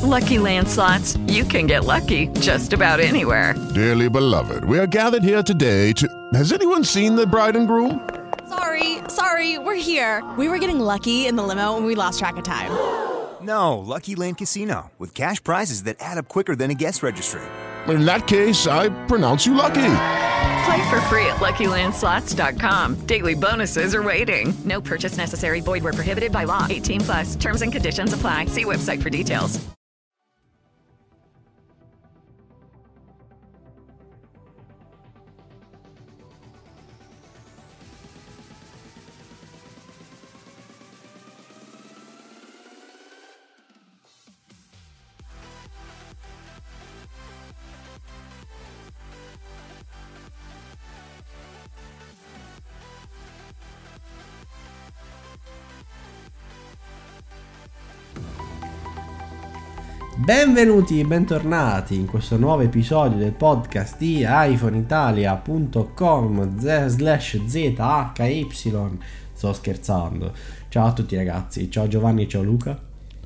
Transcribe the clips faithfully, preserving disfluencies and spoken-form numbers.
Lucky Land Slots, you can get lucky just about anywhere. Dearly beloved, we are gathered here today to... Has anyone seen the bride and groom? Sorry, sorry, we're here. We were getting lucky in the limo and we lost track of time. No, Lucky Land Casino, with cash prizes that add up quicker than a guest registry. In that case, I pronounce you lucky. Play for free at Lucky Land Slots dot com. Daily bonuses are waiting. No purchase necessary. Void where prohibited by law. eighteen plus. Terms and conditions apply. See website for details. Benvenuti e bentornati in questo nuovo episodio del podcast di iPhone Italia punto com slash Z H Y. Sto scherzando. Ciao a tutti ragazzi, ciao Giovanni, ciao Luca.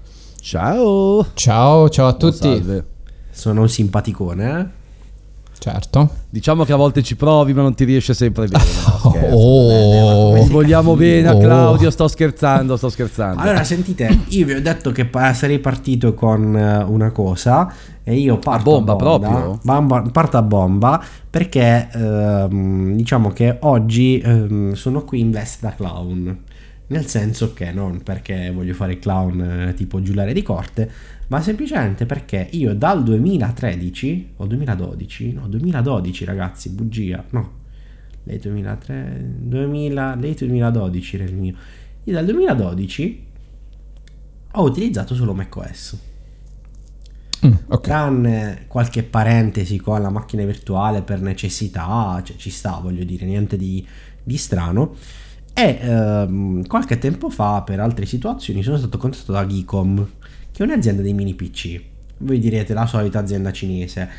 Ciao. Ciao, ciao a tutti. Oh, salve. Sono un simpaticone, eh? Certo. Diciamo che a volte ci provi ma non ti riesce sempre bene. No, oh, Ti vogliamo bene a oh. Claudio, sto scherzando, sto scherzando. Allora sentite, io vi ho detto che pa- sarei partito con eh, una cosa e io parto a bomba, a bomba proprio? Bamba, parto a bomba perché ehm, diciamo che oggi ehm, sono qui in veste da clown. Nel senso che non perché voglio fare il clown eh, tipo giullare di corte, ma semplicemente perché io dal duemilatredici o duemiladodici, no duemiladodici ragazzi, bugia, no, lei duemilatré, duemila, lei duemiladodici era il mio. Io dal duemiladodici ho utilizzato solo macOS. Mm, okay. Tranne qualche parentesi con la macchina virtuale per necessità, cioè ci sta, voglio dire, niente di, di strano. E ehm, qualche tempo fa, per altre situazioni, sono stato contattato da Geekom, che è un'azienda dei mini P C. Voi direte la solita azienda cinese.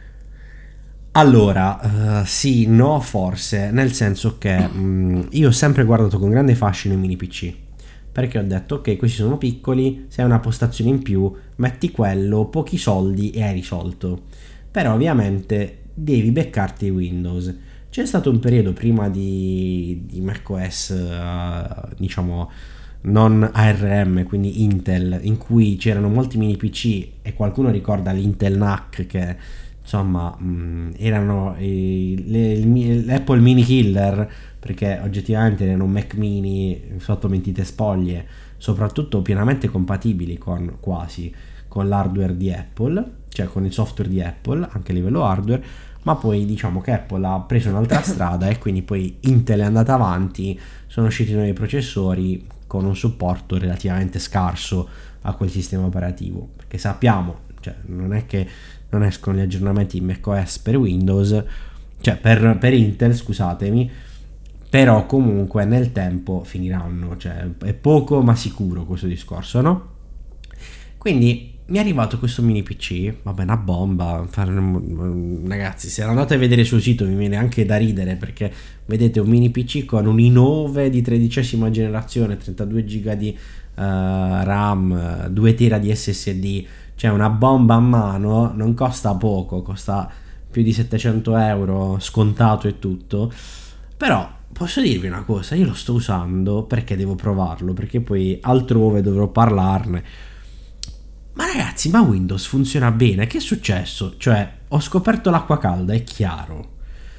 Allora, uh, sì, no, forse, nel senso che mh, io ho sempre guardato con grande fascino i mini P C, perché ho detto, ok, questi sono piccoli, se hai una postazione in più, metti quello, pochi soldi e hai risolto. Però ovviamente devi beccarti Windows. C'è stato un periodo prima di, di macOS, uh, diciamo, non A R M, quindi Intel, in cui c'erano molti mini P C e qualcuno ricorda l'Intel N A C che insomma mh, erano i, le, il, l'Apple Mini Killer, perché oggettivamente erano Mac Mini sotto mentite spoglie, soprattutto pienamente compatibili con quasi con l'hardware di Apple, cioè con il software di Apple anche a livello hardware. Ma poi diciamo che Apple ha preso un'altra strada e quindi poi Intel è andata avanti, sono usciti nuovi processori con un supporto relativamente scarso a quel sistema operativo, perché sappiamo, cioè non è che non escono gli aggiornamenti in macOS per Windows, cioè per, per Intel, scusatemi, però comunque nel tempo finiranno, cioè è poco ma sicuro questo discorso, no? Quindi mi è arrivato questo mini P C, vabbè, una bomba. Ragazzi, se andate a vedere sul sito mi viene anche da ridere, perché vedete un mini P C con un i nove di tredicesima generazione, trentadue giga di uh, RAM, due tera di S S D, cioè una bomba a mano, non costa poco, costa più di settecento euro scontato e tutto. Però posso dirvi una cosa, io lo sto usando perché devo provarlo, perché poi altrove dovrò parlarne. Ma ragazzi, ma Windows funziona bene? Che è successo? Cioè, ho scoperto l'acqua calda, è chiaro.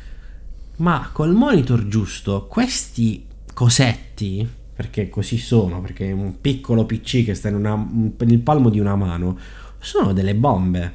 Ma col monitor giusto, questi cosetti, perché così sono, perché è un piccolo P C che sta in una, nel palmo di una mano, sono delle bombe.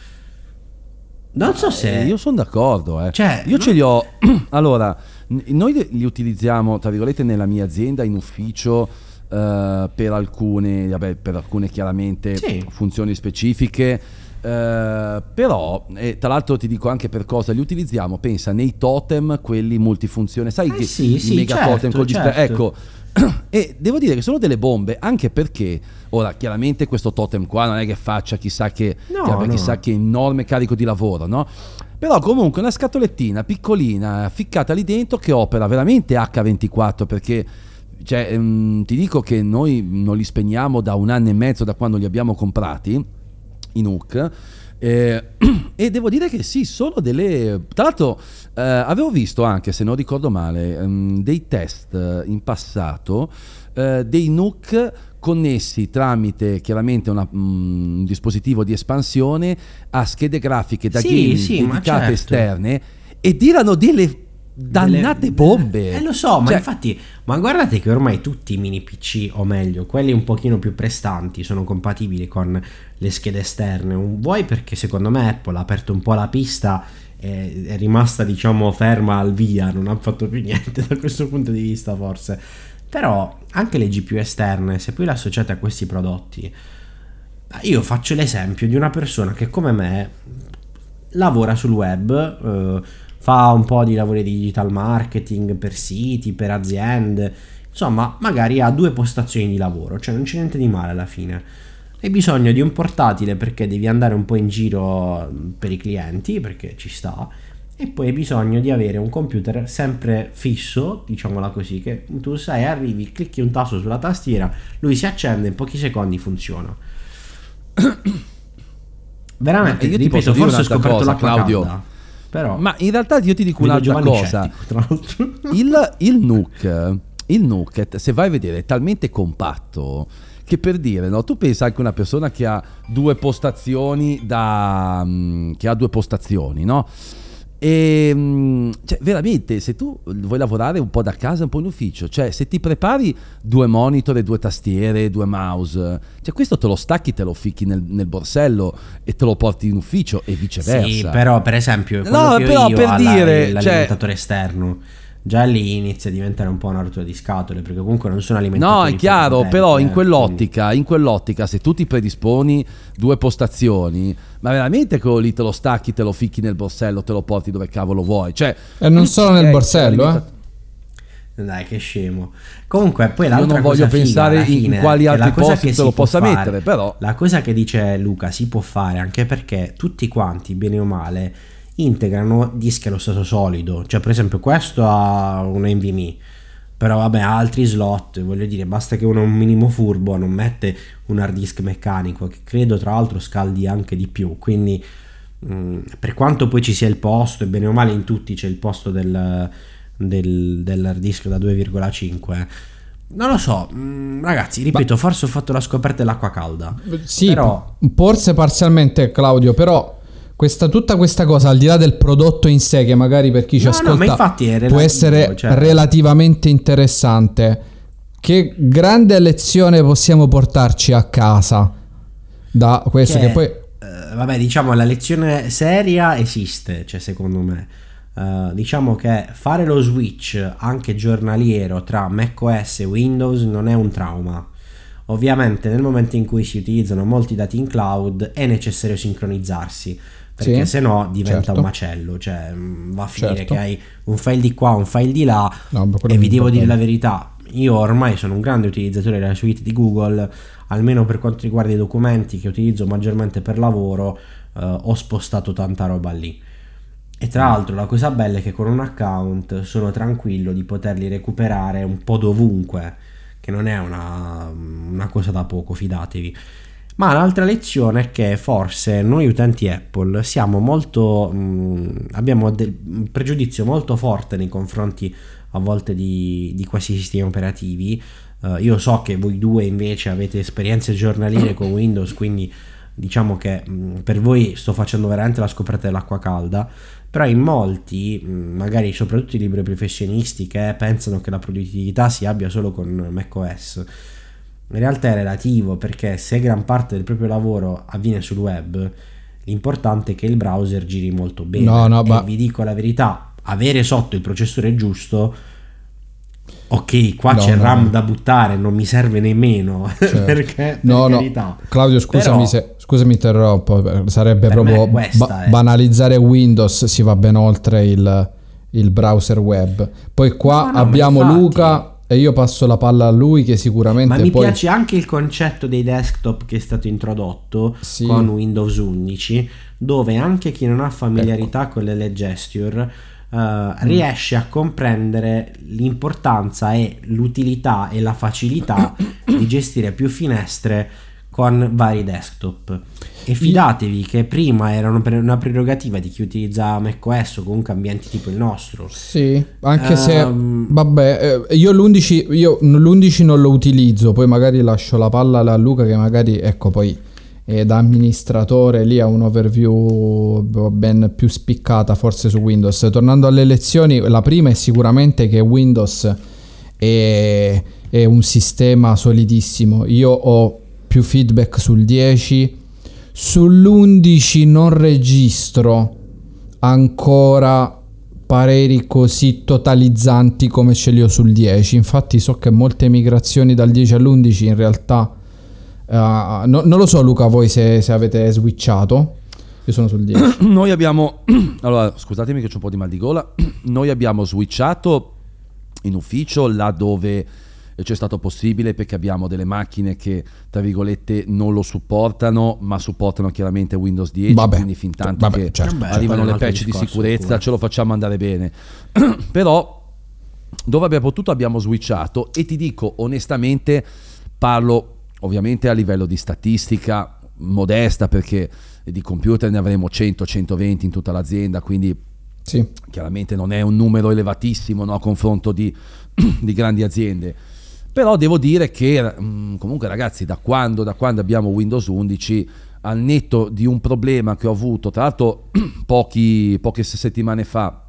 Non so se... Eh, io sono d'accordo, eh. Cioè, io no... ce li ho... Allora, noi li utilizziamo, tra virgolette, nella mia azienda, in ufficio... Uh, per alcune, vabbè, per alcune chiaramente sì. funzioni specifiche, uh, però e tra l'altro ti dico anche per cosa li utilizziamo. Pensa nei totem, quelli multifunzione, sai, eh che sì, i sì, mega certo, totem col display, certo. ecco. E devo dire che sono delle bombe, anche perché ora chiaramente questo totem qua non è che faccia chissà che, no, che abbia no. chissà che enorme carico di lavoro, no? Però comunque una scatolettina piccolina ficcata lì dentro che opera veramente acca ventiquattro, perché cioè, mh, ti dico che noi non li spegniamo da un anno e mezzo da quando li abbiamo comprati, i N U C. Eh, e devo dire che sì, sono delle... Tra l'altro eh, avevo visto anche, se non ricordo male, um, dei test in passato eh, dei N U C connessi tramite chiaramente una, um, un dispositivo di espansione a schede grafiche da sì, gaming sì, dedicate certo. esterne, e tirano delle dannate Delle... bombe. Eh lo so, ma cioè... infatti, ma guardate che ormai tutti i mini P C, o meglio, quelli un pochino più prestanti, sono compatibili con le schede esterne. Un, vuoi perché secondo me Apple ha aperto un po' la pista, e è rimasta diciamo ferma al via, non ha fatto più niente da questo punto di vista forse. Però anche le G P U esterne, se poi le associate a questi prodotti, io faccio l'esempio di una persona che come me lavora sul web, eh, fa un po' di lavori di digital marketing per siti, per aziende, insomma magari ha due postazioni di lavoro, cioè non c'è niente di male alla fine. Hai bisogno di un portatile perché devi andare un po' in giro per i clienti, perché ci sta, e poi hai bisogno di avere un computer sempre fisso, diciamola così, che tu sai, arrivi, clicchi un tasto sulla tastiera, lui si accende, in pochi secondi funziona. Veramente, io ti ripeto, posso dire forse ho un'altra scoperto cosa, l'acqua Claudio. calda. Però ma in realtà io ti dico un'altra cosa. Scettico, tra l'altro. il, il N U C il N U C, se vai a vedere, è talmente compatto che, per dire, no, tu pensa anche una persona che ha due postazioni da che ha due postazioni, no? E cioè, veramente, se tu vuoi lavorare un po' da casa, un po' in ufficio, cioè se ti prepari due monitor, due tastiere, due mouse, cioè questo te lo stacchi, te lo ficchi nel, nel borsello e te lo porti in ufficio e viceversa. Sì, però per esempio quello no, che ho però io per ha dire, la, cioè... l'alimentatore esterno, già lì inizia a diventare un po' una rottura di scatole, perché comunque non sono alimentatori. No, è chiaro, potenti, però in eh, quell'ottica, quindi... in quell'ottica, se tu ti predisponi due postazioni, ma veramente quello lì te lo stacchi, te lo ficchi nel borsello, te lo porti dove cavolo vuoi, cioè... E non solo nel borsello, eh? Dai, che scemo. Comunque poi l'altra Io non cosa voglio pensare figa, in fine, quali altri posti te lo può possa fare, mettere, però... La cosa che dice Luca si può fare, anche perché tutti quanti, bene o male, integrano dischi allo stato solido. Cioè per esempio questo ha un N V M e, però vabbè ha altri slot, voglio dire, basta che uno è un minimo furbo, non mette un hard disk meccanico, che credo tra l'altro scaldi anche di più, quindi mh, per quanto poi ci sia il posto, e bene o male in tutti c'è il posto del, del, dell'hard disk da due virgola cinque, non lo so, mh, ragazzi, ripeto, Ma... forse ho fatto la scoperta dell'acqua calda. Sì, però... forse parzialmente, Claudio, però questa, tutta questa cosa, al di là del prodotto in sé, che magari per chi ci no, ascolta no, ma infatti è relativo, può essere cioè... relativamente interessante, che grande lezione possiamo portarci a casa da questo che, che poi... Eh, vabbè, diciamo, la lezione seria esiste, cioè secondo me. Uh, diciamo che fare lo switch anche giornaliero tra macOS e Windows non è un trauma. Ovviamente nel momento in cui si utilizzano molti dati in cloud è necessario sincronizzarsi, perché sì, se no diventa certo. un macello, cioè va a finire certo. che hai un file di qua, un file di là, no, e vi devo dire la verità, io ormai sono un grande utilizzatore della suite di Google, almeno per quanto riguarda i documenti che utilizzo maggiormente per lavoro, eh, ho spostato tanta roba lì. E tra l'altro la cosa bella è che con un account sono tranquillo di poterli recuperare un po' dovunque, che non è una, una cosa da poco, fidatevi. Ma l'altra lezione è che forse noi utenti Apple siamo molto mh, abbiamo del, un pregiudizio molto forte nei confronti a volte di, di questi sistemi operativi. Uh, io so che voi due invece avete esperienze giornaliere con Windows, quindi diciamo che mh, per voi sto facendo veramente la scoperta dell'acqua calda, però in molti, mh, magari soprattutto i liberi professionisti, che pensano che la produttività si abbia solo con macOS, in realtà è relativo, perché se gran parte del proprio lavoro avviene sul web, l'importante è che il browser giri molto bene. No, no, e ma... vi dico la verità, avere sotto il processore giusto, ok, qua no, c'è il no, RAM no. da buttare, non mi serve nemmeno, certo. perché per no, carità. no. Claudio, scusami, Però, se, scusami interrompo, sarebbe per proprio me questa ba- è. banalizzare Windows, si va ben oltre il, il browser web. Poi qua no, no, abbiamo infatti... Luca e io passo la palla a lui, che sicuramente ma mi poi... piace anche il concetto dei desktop che è stato introdotto sì. con Windows undici, dove anche chi non ha familiarità ecco. con le gesture uh, mm. riesce a comprendere l'importanza e l'utilità e la facilità di gestire più finestre con vari desktop. E fidatevi che prima era una prerogativa di chi utilizzava macOS o comunque ambienti tipo il nostro. Sì, anche um, se vabbè, eh, io l'undici io l'undici non lo utilizzo, poi magari lascio la palla a Luca che magari, ecco, poi eh, da amministratore lì ha un overview ben più spiccata forse su Windows. Tornando alle lezioni, la prima è sicuramente che Windows è, è un sistema solidissimo. Io ho più feedback sul dieci. Sull'undici non registro ancora pareri così totalizzanti come ce li ho sul dieci. Infatti so che molte migrazioni dal dieci all'undici in realtà uh, no, non lo so Luca, voi se, se avete switchato. Io sono sul dieci. Noi abbiamo allora scusatemi che c'ho un po' di mal di gola. Noi abbiamo switchato in ufficio là dove c'è stato possibile, perché abbiamo delle macchine che tra virgolette non lo supportano, ma supportano chiaramente Windows dieci, vabbè, quindi fin tanto vabbè, che certo, arrivano le patch di sicurezza sicuro. Ce lo facciamo andare bene. Però dove abbiamo potuto abbiamo switchato, e ti dico onestamente, parlo ovviamente a livello di statistica modesta, perché di computer ne avremo cento centoventi in tutta l'azienda, quindi sì, chiaramente non è un numero elevatissimo, no, a confronto di, di grandi aziende. Però devo dire che mh, comunque ragazzi, da quando, da quando abbiamo Windows undici, al netto di un problema che ho avuto, tra l'altro pochi, poche settimane fa,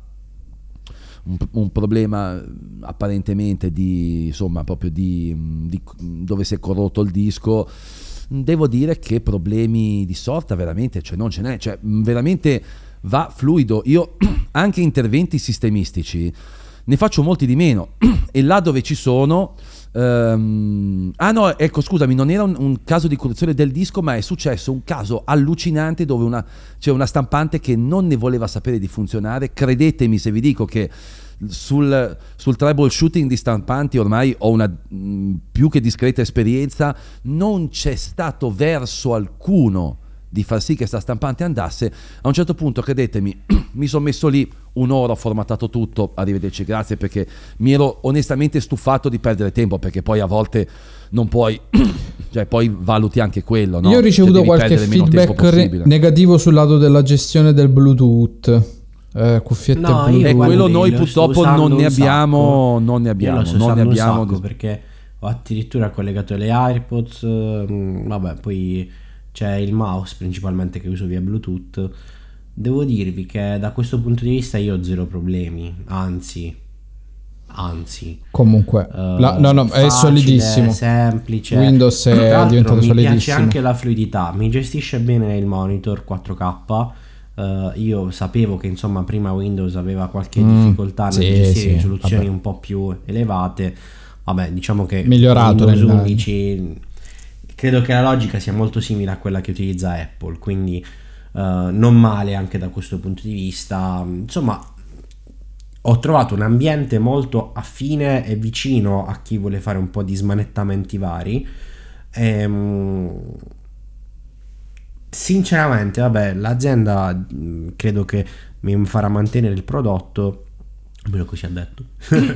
un, un problema apparentemente di, insomma, proprio di, di dove si è corrotto il disco, devo dire che problemi di sorta veramente, cioè non ce n'è, cioè veramente va fluido. Io anche interventi sistemistici ne faccio molti di meno, e là dove ci sono Um, ah no, ecco, scusami, non era un, un caso di corruzione del disco, ma è successo un caso allucinante dove una, c'è una stampante che non ne voleva sapere di funzionare. Credetemi se vi dico che sul, sul troubleshooting di stampanti ormai ho una mh, più che discreta esperienza. Non c'è stato verso alcuno di far sì che sta stampante andasse. A un certo punto, credetemi, mi sono messo lì un'ora, ho formattato tutto, arrivederci, grazie, perché mi ero onestamente stufato di perdere tempo, perché poi a volte non puoi, cioè poi valuti anche quello, no? Io ho ricevuto cioè, qualche feedback re- negativo sul lato della gestione del Bluetooth. Eh, cuffiette no, Bluetooth. E quello noi purtroppo non ne abbiamo, non ne abbiamo, io lo non ne abbiamo un sacco, perché ho addirittura collegato le AirPods, mh, vabbè, poi c'è il mouse principalmente che uso via Bluetooth. Devo dirvi che da questo punto di vista io ho zero problemi, anzi anzi comunque uh, la, no no facile, è solidissimo, semplice. Windows è diventato mi solidissimo. Mi piace anche la fluidità, mi gestisce bene il monitor quattro K. Uh, io sapevo che insomma prima Windows aveva qualche mm, difficoltà nel sì, gestire sì, risoluzioni vabbè. un po' più elevate. Vabbè, diciamo che migliorato Windows nel... undici credo che la logica sia molto simile a quella che utilizza Apple, quindi uh, non male anche da questo punto di vista. Insomma, ho trovato un ambiente molto affine e vicino a chi vuole fare un po' di smanettamenti vari. Ehm, sinceramente, vabbè, l'azienda credo che mi farà mantenere il prodotto, almeno così ha detto.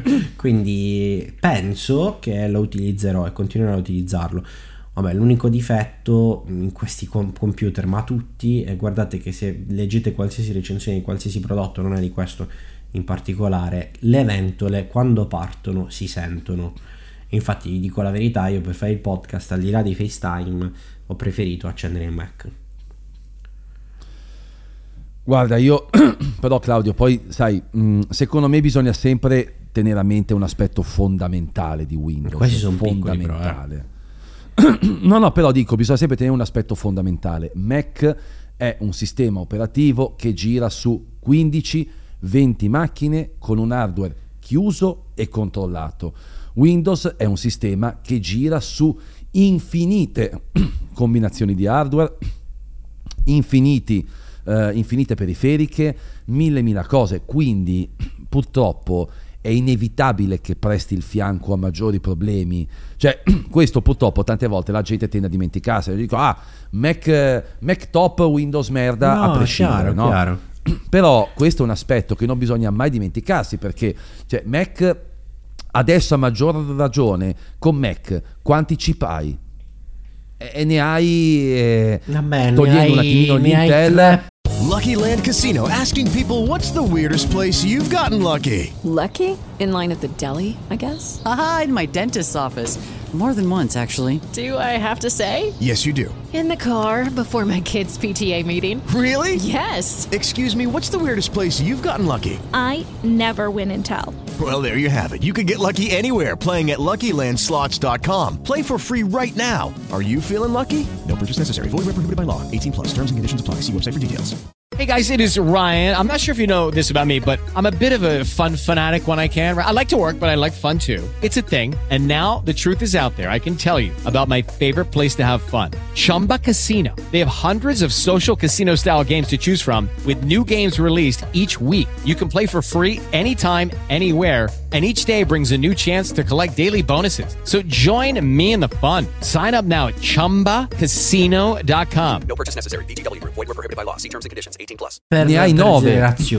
Quindi penso che lo utilizzerò e continuerò a utilizzarlo. Vabbè, l'unico difetto in questi com- computer, ma tutti, e guardate che se leggete qualsiasi recensione di qualsiasi prodotto, non è di questo in particolare, le ventole quando partono si sentono. Infatti vi dico la verità, io per fare il podcast, al di là di FaceTime, ho preferito accendere il Mac. Guarda, io però Claudio, poi sai, mh, secondo me bisogna sempre tenere a mente un aspetto fondamentale di Windows. Questi sono fondamentale. Piccoli, però, eh. No, no, però dico, bisogna sempre tenere un aspetto fondamentale. Mac è un sistema operativo che gira su quindici venti macchine con un hardware chiuso e controllato. Windows è un sistema che gira su infinite combinazioni di hardware, infiniti, uh, infinite periferiche, mille mila cose, quindi purtroppo è inevitabile che presti il fianco a maggiori problemi. Cioè, questo purtroppo tante volte la gente tende a dimenticarsi. Io dico, ah, Mac, Mac top, Windows merda, no, a prescindere, chiaro, no? Chiaro. Però questo è un aspetto che non bisogna mai dimenticarsi, perché cioè, Mac adesso a maggior ragione con Mac quanti chip hai? e ne hai eh, Vabbè, togliendo ne hai, un attimino l'Intel. tre... Lucky Land Casino, asking people, what's the weirdest place you've gotten lucky? Lucky? In line at the deli, I guess? Aha, in my dentist's office. More than once, actually. Do I have to say? Yes, you do. In the car before my kids' P T A meeting. Really? Yes. Excuse me, what's the weirdest place you've gotten lucky? I never win and tell. Well, there you have it. You can get lucky anywhere, playing at Lucky Land Slots dot com. Play for free right now. Are you feeling lucky? No purchase necessary. Void where prohibited by law. eighteen plus. Terms and conditions apply. See website for details. Hey guys, it is Ryan. I'm not sure if you know this about me, but I'm a bit of a fun fanatic when I can. I like to work, but I like fun too. It's a thing. And now the truth is out there. I can tell you about my favorite place to have fun. Chumba Casino. They have hundreds of social casino style games to choose from with new games released each week. You can play for free anytime, anywhere. And each day brings a new chance to collect daily bonuses. So join me in the fun. Sign up now at chumba casino dot com. No purchase necessary. V G W Group. Void where prohibited by law. See terms and conditions. eighteen plus. Per ne hai nove.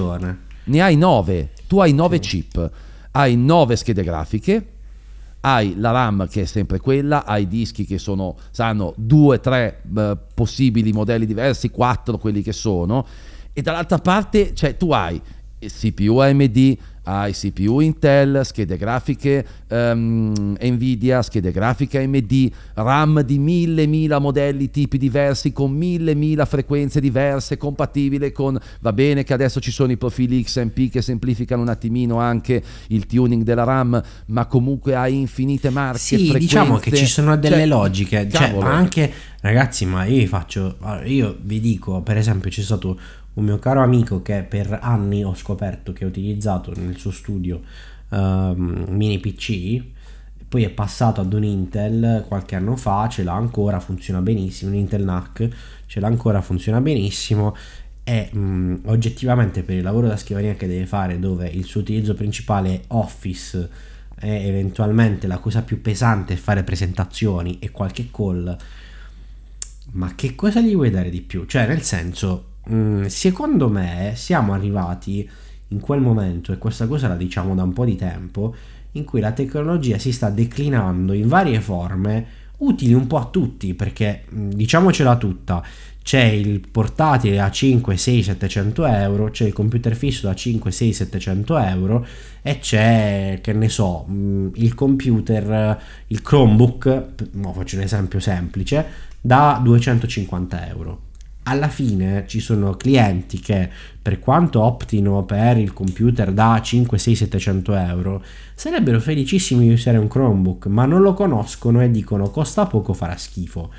Ne hai nove. Tu hai nove sì. chip. Hai nove schede grafiche. Hai la RAM che è sempre quella. Hai dischi che sono, saranno due, tre eh, possibili modelli diversi, quattro quelli che sono. E dall'altra parte, cioè, tu hai C P U A M D, hai C P U Intel, schede grafiche um, Nvidia, schede grafiche A M D, RAM di mille mila modelli, tipi diversi, con mille mila frequenze diverse, compatibile con, va bene che adesso ci sono i profili X M P che semplificano un attimino anche il tuning della RAM, ma comunque hai infinite marche, sì, frequenze. Diciamo che ci sono delle cioè, logiche, cioè, cavolo. ma anche ragazzi, ma io vi faccio, io vi dico, per esempio c'è stato un mio caro amico che per anni ho scoperto che ha utilizzato nel suo studio um, mini P C, poi è passato ad un Intel qualche anno fa, ce l'ha ancora, funziona benissimo, un Intel N A C, ce l'ha ancora, funziona benissimo, e um, oggettivamente per il lavoro da scrivania che deve fare, dove il suo utilizzo principale è Office e eventualmente la cosa più pesante è fare presentazioni e qualche call, ma che cosa gli vuoi dare di più? Cioè, nel senso, secondo me siamo arrivati in quel momento, e questa cosa la diciamo da un po' di tempo, in cui la tecnologia si sta declinando in varie forme utili un po' a tutti, perché diciamocela tutta, c'è il portatile a cinque, sei, settecento euro, c'è il computer fisso da cinque, sei, settecento euro, e c'è, che ne so, il computer, il Chromebook, no, faccio un esempio semplice, da duecentocinquanta euro. Alla fine ci sono clienti che, per quanto optino per il computer da cinque, sei, settecento euro, sarebbero felicissimi di usare un Chromebook, ma non lo conoscono e dicono costa poco, farà schifo.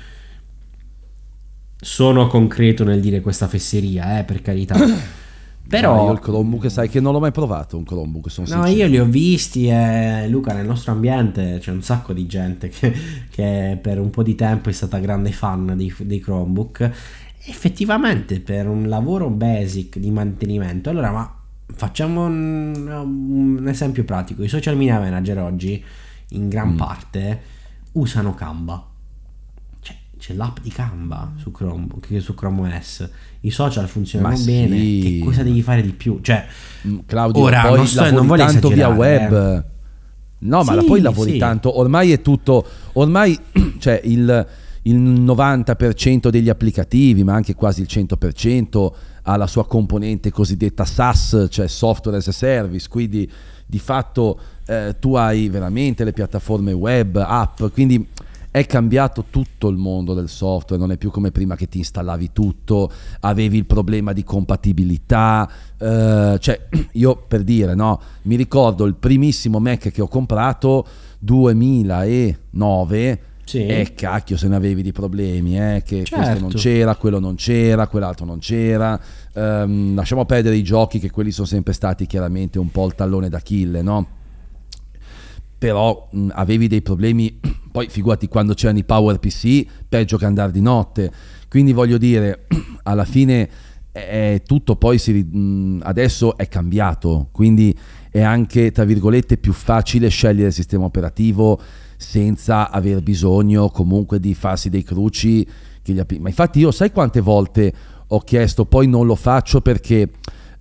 Sono concreto nel dire questa fesseria, eh, per carità. Però no, io il Chromebook, sai che non l'ho mai provato un Chromebook, sono no, sincero. io li ho visti e Luca, nel nostro ambiente c'è un sacco di gente che, che per un po' di tempo è stata grande fan dei, dei Chromebook. Effettivamente per un lavoro basic di mantenimento, allora, ma facciamo un, un esempio pratico. I social media manager oggi in gran mm. parte usano Canva, cioè c'è l'app di Canva su Chrome, su Chrome O S, i social funzionano ma bene, sì. Che cosa devi fare di più? Cioè, Claudio, ora poi non, sto, lavori non voglio tanto via web eh. no ma sì, poi lavori sì. tanto, ormai è tutto, ormai cioè il il novanta per cento degli applicativi, ma anche quasi il cento per cento, ha la sua componente cosiddetta SaaS, cioè Software as a Service, quindi di fatto eh, tu hai veramente le piattaforme web, app, quindi è cambiato tutto il mondo del software, non è più come prima che ti installavi tutto, avevi il problema di compatibilità, eh, cioè io per dire, no, mi ricordo il primissimo Mac che ho comprato duemilanove. Sì. E cacchio se ne avevi di problemi, eh, che certo. Questo non c'era, quello non c'era, quell'altro non c'era, um, lasciamo perdere i giochi, che quelli sono sempre stati chiaramente un po' il tallone d'Achille, no? Però mh, avevi dei problemi, poi figurati quando c'erano i Power P C, peggio che andare di notte, quindi voglio dire, alla fine è tutto, poi si, mh, adesso è cambiato, quindi è anche tra virgolette più facile scegliere il sistema operativo senza aver bisogno comunque di farsi dei cruci che gli app- ma infatti io sai quante volte ho chiesto, poi non lo faccio perché eh,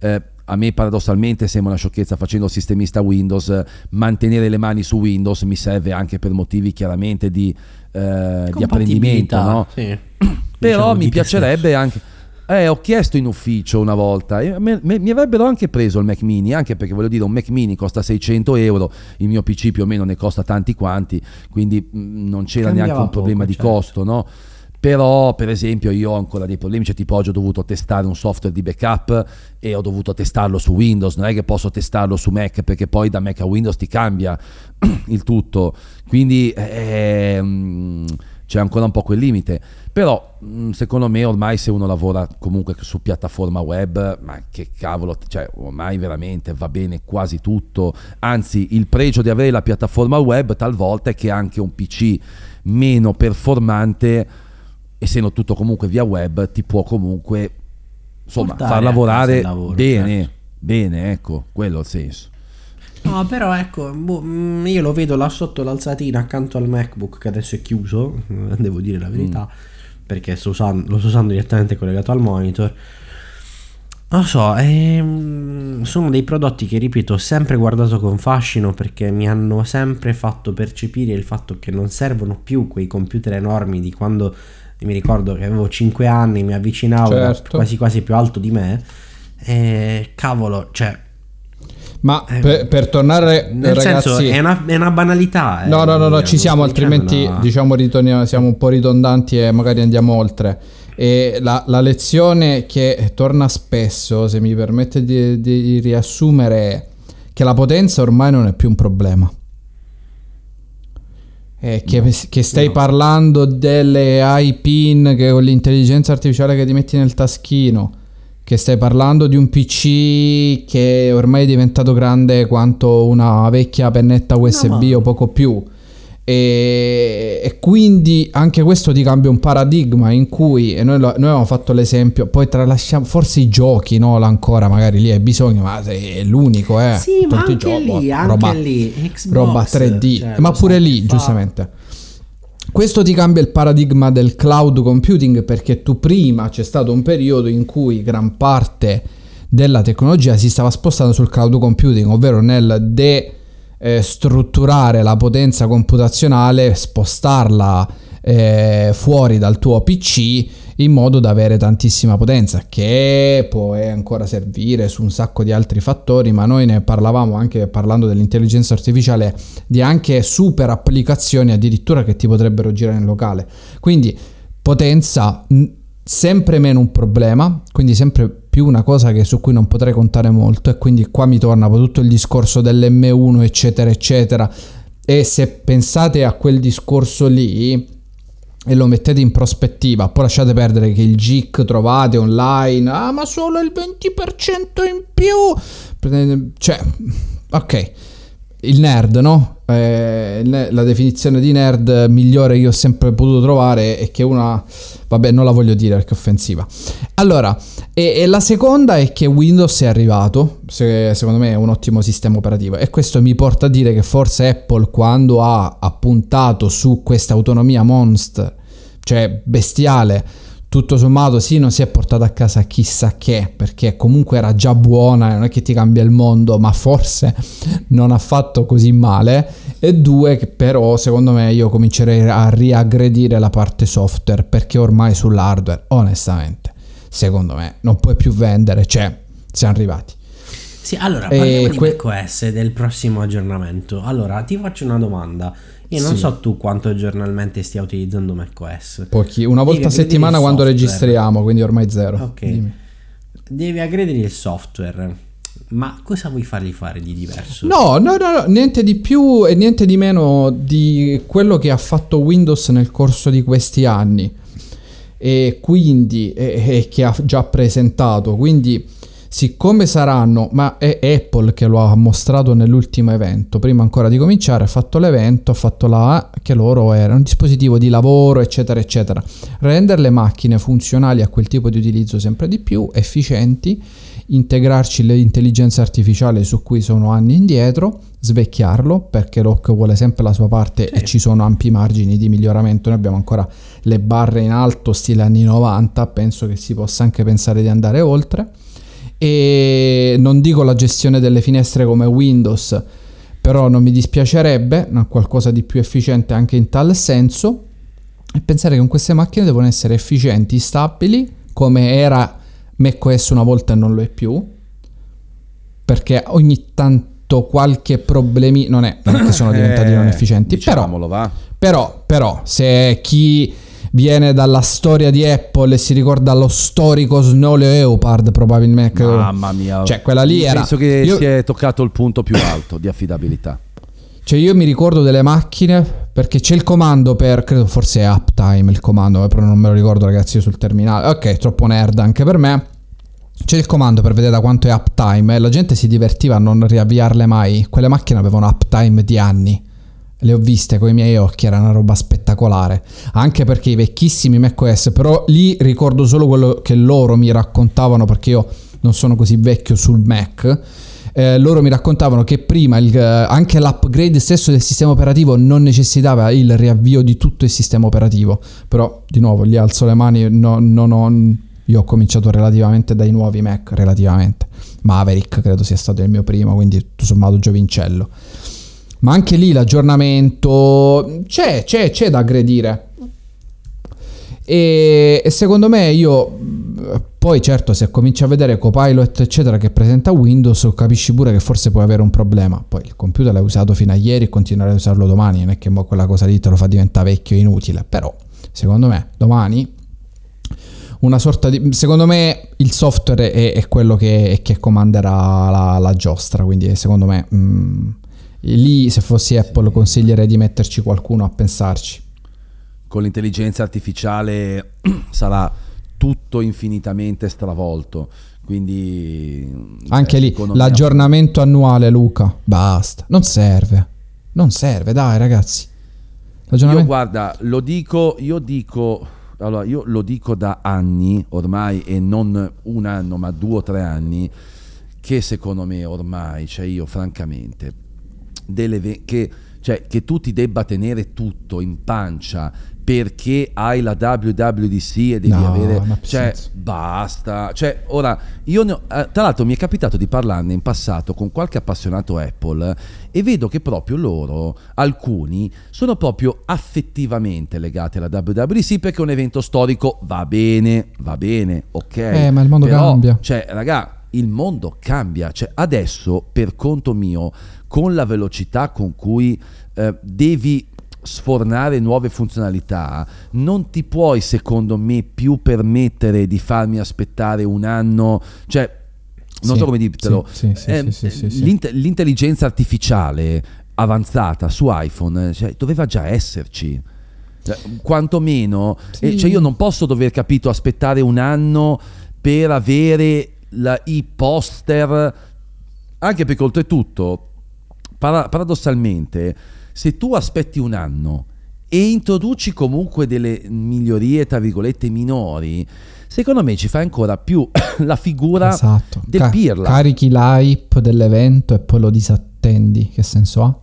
a me paradossalmente sembra una sciocchezza, facendo il sistemista Windows, mantenere le mani su Windows mi serve anche per motivi chiaramente di, eh, di apprendimento, no? Sì. Però diciamo mi piacerebbe anche... Eh, ho chiesto in ufficio una volta e me, me, mi avrebbero anche preso il Mac Mini, anche perché voglio dire un Mac Mini costa seicento euro, il mio P C più o meno ne costa tanti quanti, quindi mh, non c'era Cambiava neanche un problema poco, di certo. costo, no? Però per esempio io ho ancora dei problemi, cioè tipo oggi ho dovuto testare un software di backup e ho dovuto testarlo su Windows, non è che posso testarlo su Mac perché poi da Mac a Windows ti cambia il tutto, quindi eh, c'è ancora un po' quel limite. Però secondo me ormai se uno lavora comunque su piattaforma web, ma che cavolo, cioè ormai veramente va bene quasi tutto, anzi il pregio di avere la piattaforma web talvolta è che anche un P C meno performante, essendo tutto comunque via web, ti può comunque insomma Portare far lavorare lavoro, bene, certo. bene, ecco, quello è il senso. No, però ecco, boh, io lo vedo là sotto l'alzatina accanto al MacBook che adesso è chiuso, devo dire la verità, mm. perché sto usando, lo sto usando direttamente collegato al monitor. Non lo so, ehm, sono dei prodotti che, ripeto, ho sempre guardato con fascino perché mi hanno sempre fatto percepire il fatto che non servono più quei computer enormi di quando mi ricordo che avevo cinque anni, mi avvicinavo, certo. quasi quasi più alto di me, e cavolo, cioè... Ma per, per tornare, nel ragazzi, senso è una, è una banalità. No, eh, no, no, no, ci siamo, altrimenti una... diciamo ritorniamo, siamo un po' ridondanti e magari andiamo oltre. E la, la lezione che torna spesso, se mi permette di, di riassumere, è che la potenza ormai non è più un problema. E che, no, che stai no. parlando delle iPin che con l'intelligenza artificiale che ti metti nel taschino, che stai parlando di un P C che ormai è diventato grande quanto una vecchia pennetta U S B no, o poco più, e, e quindi anche questo ti cambia un paradigma in cui, e noi, lo, noi abbiamo fatto l'esempio, poi tralasciamo forse i giochi, no, ancora magari lì hai bisogno, ma è l'unico, eh sì, ma anche giochi, lì, roba, anche lì Xbox, roba tre D, cioè, ma pure so lì giustamente fa. Questo ti cambia il paradigma del cloud computing, perché tu prima c'è stato un periodo in cui gran parte della tecnologia si stava spostando sul cloud computing, ovvero nel destrutturare la potenza computazionale, spostarla eh, fuori dal tuo P C in modo da avere tantissima potenza, che può ancora servire su un sacco di altri fattori, ma noi ne parlavamo anche parlando dell'intelligenza artificiale, di anche super applicazioni addirittura che ti potrebbero girare in locale. Quindi potenza sempre meno un problema, quindi sempre più una cosa che su cui non potrei contare molto, e quindi qua mi torna tutto il discorso dell'M uno eccetera eccetera. E se pensate a quel discorso lì e lo mettete in prospettiva, poi lasciate perdere che il G I C trovate online, ah ma solo il venti per cento in più, cioè ok, il nerd, no? Eh, la definizione di nerd migliore che ho sempre potuto trovare è che una, vabbè non la voglio dire perché è offensiva. Allora, e, e la seconda è che Windows è arrivato, se, secondo me è un ottimo sistema operativo, e questo mi porta a dire che forse Apple, quando ha, ha puntato su questa autonomia monster, cioè bestiale, tutto sommato sì, non si è portato a casa chissà che, perché comunque era già buona, non è che ti cambia il mondo, ma forse non ha fatto così male. E due, che però secondo me io comincerei a riaggredire la parte software, perché ormai sull'hardware onestamente secondo me non puoi più vendere, cioè siamo arrivati. Sì, allora parliamo e di que- macOS e del prossimo aggiornamento. Allora ti faccio una domanda. Io non sì. so tu quanto giornalmente stia utilizzando macOS. Pochi, una volta a settimana quando registriamo, quindi ormai zero. Ok. Dimmi. Devi aggredire il software, ma cosa vuoi fargli fare di diverso? No, no, no, no, niente di più e niente di meno di quello che ha fatto Windows nel corso di questi anni, e quindi e, e che ha già presentato. Quindi siccome saranno, ma è Apple che lo ha mostrato nell'ultimo evento, prima ancora di cominciare ha fatto l'evento, ha fatto la che loro era un dispositivo di lavoro eccetera eccetera, rendere le macchine funzionali a quel tipo di utilizzo sempre di più, efficienti, integrarci l'intelligenza artificiale su cui sono anni indietro, svecchiarlo perché l'occhio vuole sempre la sua parte, sì. E ci sono ampi margini di miglioramento. Noi abbiamo ancora le barre in alto stile anni novanta, penso che si possa anche pensare di andare oltre. e non dico la gestione delle finestre come Windows, però non mi dispiacerebbe, no, qualcosa di più efficiente anche in tal senso, e pensare che con queste macchine devono essere efficienti, stabili, come era macOS una volta e non lo è più, perché ogni tanto qualche problemi non è, non è che sono diventati eh, non efficienti, diciamolo, però, va. però però se chi viene dalla storia di Apple e si ricorda lo storico Snow Leopard, probabilmente, mamma mia, cioè quella lì era, penso che io, si è toccato il punto più alto di affidabilità. cioè io mi ricordo delle macchine perché c'è il comando per, credo forse è Uptime il comando, però non me lo ricordo ragazzi sul terminale, ok, troppo nerd anche per me. C'è il comando per vedere da quanto è uptime e la gente si divertiva a non riavviarle mai. Quelle macchine avevano uptime di anni, le ho viste coi miei occhi, era una roba spettacolare, anche perché i vecchissimi macOS, però lì ricordo solo quello che loro mi raccontavano, perché io non sono così vecchio sul Mac. Eh, loro mi raccontavano che prima il, anche l'upgrade stesso del sistema operativo non necessitava il riavvio di tutto il sistema operativo, però di nuovo gli alzo le mani, no, non ho... Io ho cominciato relativamente dai nuovi Mac, relativamente. Maverick credo sia stato il mio primo, quindi tutto sommato giovincello. Ma anche lì l'aggiornamento c'è, c'è, c'è da aggredire. E, e secondo me io... Poi certo, se cominci a vedere Copilot eccetera che presenta Windows, capisci pure che forse puoi avere un problema. Poi il computer l'hai usato fino a ieri e continuerai a usarlo domani. Non è che quella cosa lì te lo fa diventare vecchio e inutile. Però, secondo me, domani... una sorta di, secondo me il software è, è quello che, che comanderà la, la giostra, quindi secondo me mh, lì se fossi Apple consiglierei di metterci qualcuno a pensarci. Con l'intelligenza artificiale sarà tutto infinitamente stravolto, quindi anche lì l'aggiornamento annuale, Luca, basta, non serve, non serve, dai ragazzi. Io guarda, lo dico, io dico Allora, io lo dico da anni ormai, e non un anno, ma due o tre anni, che secondo me ormai, cioè io francamente, delle che, cioè, che tu ti debba tenere tutto in pancia perché hai la W W D C e devi no, avere, cioè basta, cioè ora io ne ho, tra l'altro mi è capitato di parlarne in passato con qualche appassionato Apple e vedo che proprio loro, alcuni, sono proprio affettivamente legati alla W W D C perché è un evento storico, va bene, va bene, ok, eh, ma il mondo però, cambia, cioè raga, il mondo cambia, cioè adesso per conto mio, con la velocità con cui eh, devi sfornare nuove funzionalità, non ti puoi secondo me più permettere di farmi aspettare un anno, cioè non sì, so come dirtelo, sì, sì, eh, sì, sì, sì, l'int- l'intelligenza artificiale avanzata su iPhone, cioè, doveva già esserci, cioè, quantomeno sì. eh, cioè io non posso dover, capito, aspettare un anno per avere la, i poster, anche perché oltretutto para- paradossalmente se tu aspetti un anno e introduci comunque delle migliorie tra virgolette minori, secondo me ci fa ancora più la figura esatto. del Ca- pirla. Carichi l'hype dell'evento e poi lo disattendi, che senso ha?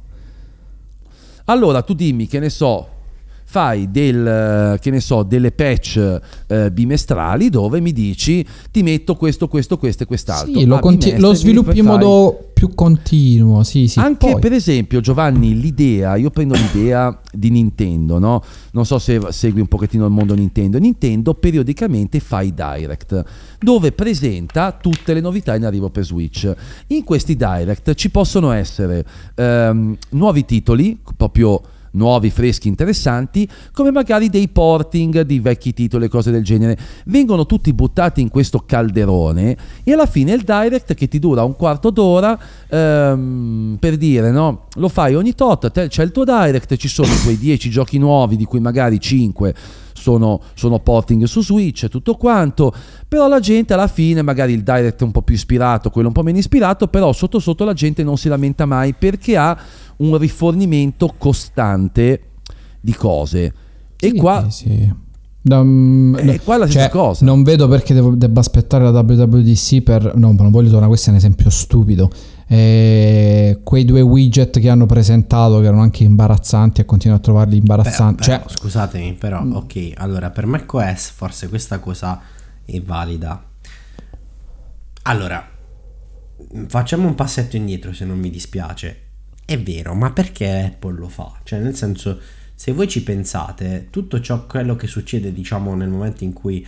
Allora tu dimmi, che ne so, fai del, che ne so, delle patch eh, bimestrali dove mi dici ti metto questo, questo, questo e quest'altro. Sì, lo, ah, conti- lo sviluppi in modo più continuo, sì, sì. Anche poi. per esempio, Giovanni, l'idea, io prendo l'idea di Nintendo, no? Non so se segui un pochettino il mondo Nintendo. Nintendo periodicamente fa i direct, dove presenta tutte le novità in arrivo per Switch. In questi direct ci possono essere ehm, nuovi titoli, proprio nuovi, freschi, interessanti, come magari dei porting di vecchi titoli e cose del genere. Vengono tutti buttati in questo calderone e alla fine il direct, che ti dura un quarto d'ora, ehm, per dire, no, lo fai ogni tot, te, c'è il tuo direct, ci sono quei dieci giochi nuovi di cui magari cinque sono, sono porting su Switch e tutto quanto, però la gente alla fine, magari il direct è un po' più ispirato, quello un po' meno ispirato, però sotto sotto la gente non si lamenta mai perché ha un rifornimento costante di cose. E sì, qua sì. Da, e qua è la stessa cioè, cosa. Non vedo perché devo, debba aspettare la W W D C per... No, non voglio tornare, questo è un esempio stupido. Eh, quei due widget che hanno presentato, che erano anche imbarazzanti, e continuo a trovarli imbarazzanti. Però, cioè, però, scusatemi, però, ok, allora per macOS forse questa cosa è valida. Allora, facciamo un passetto indietro se non mi dispiace. È vero, ma perché Apple lo fa? Cioè, nel senso, se voi ci pensate, tutto ciò, quello che succede, diciamo, nel momento in cui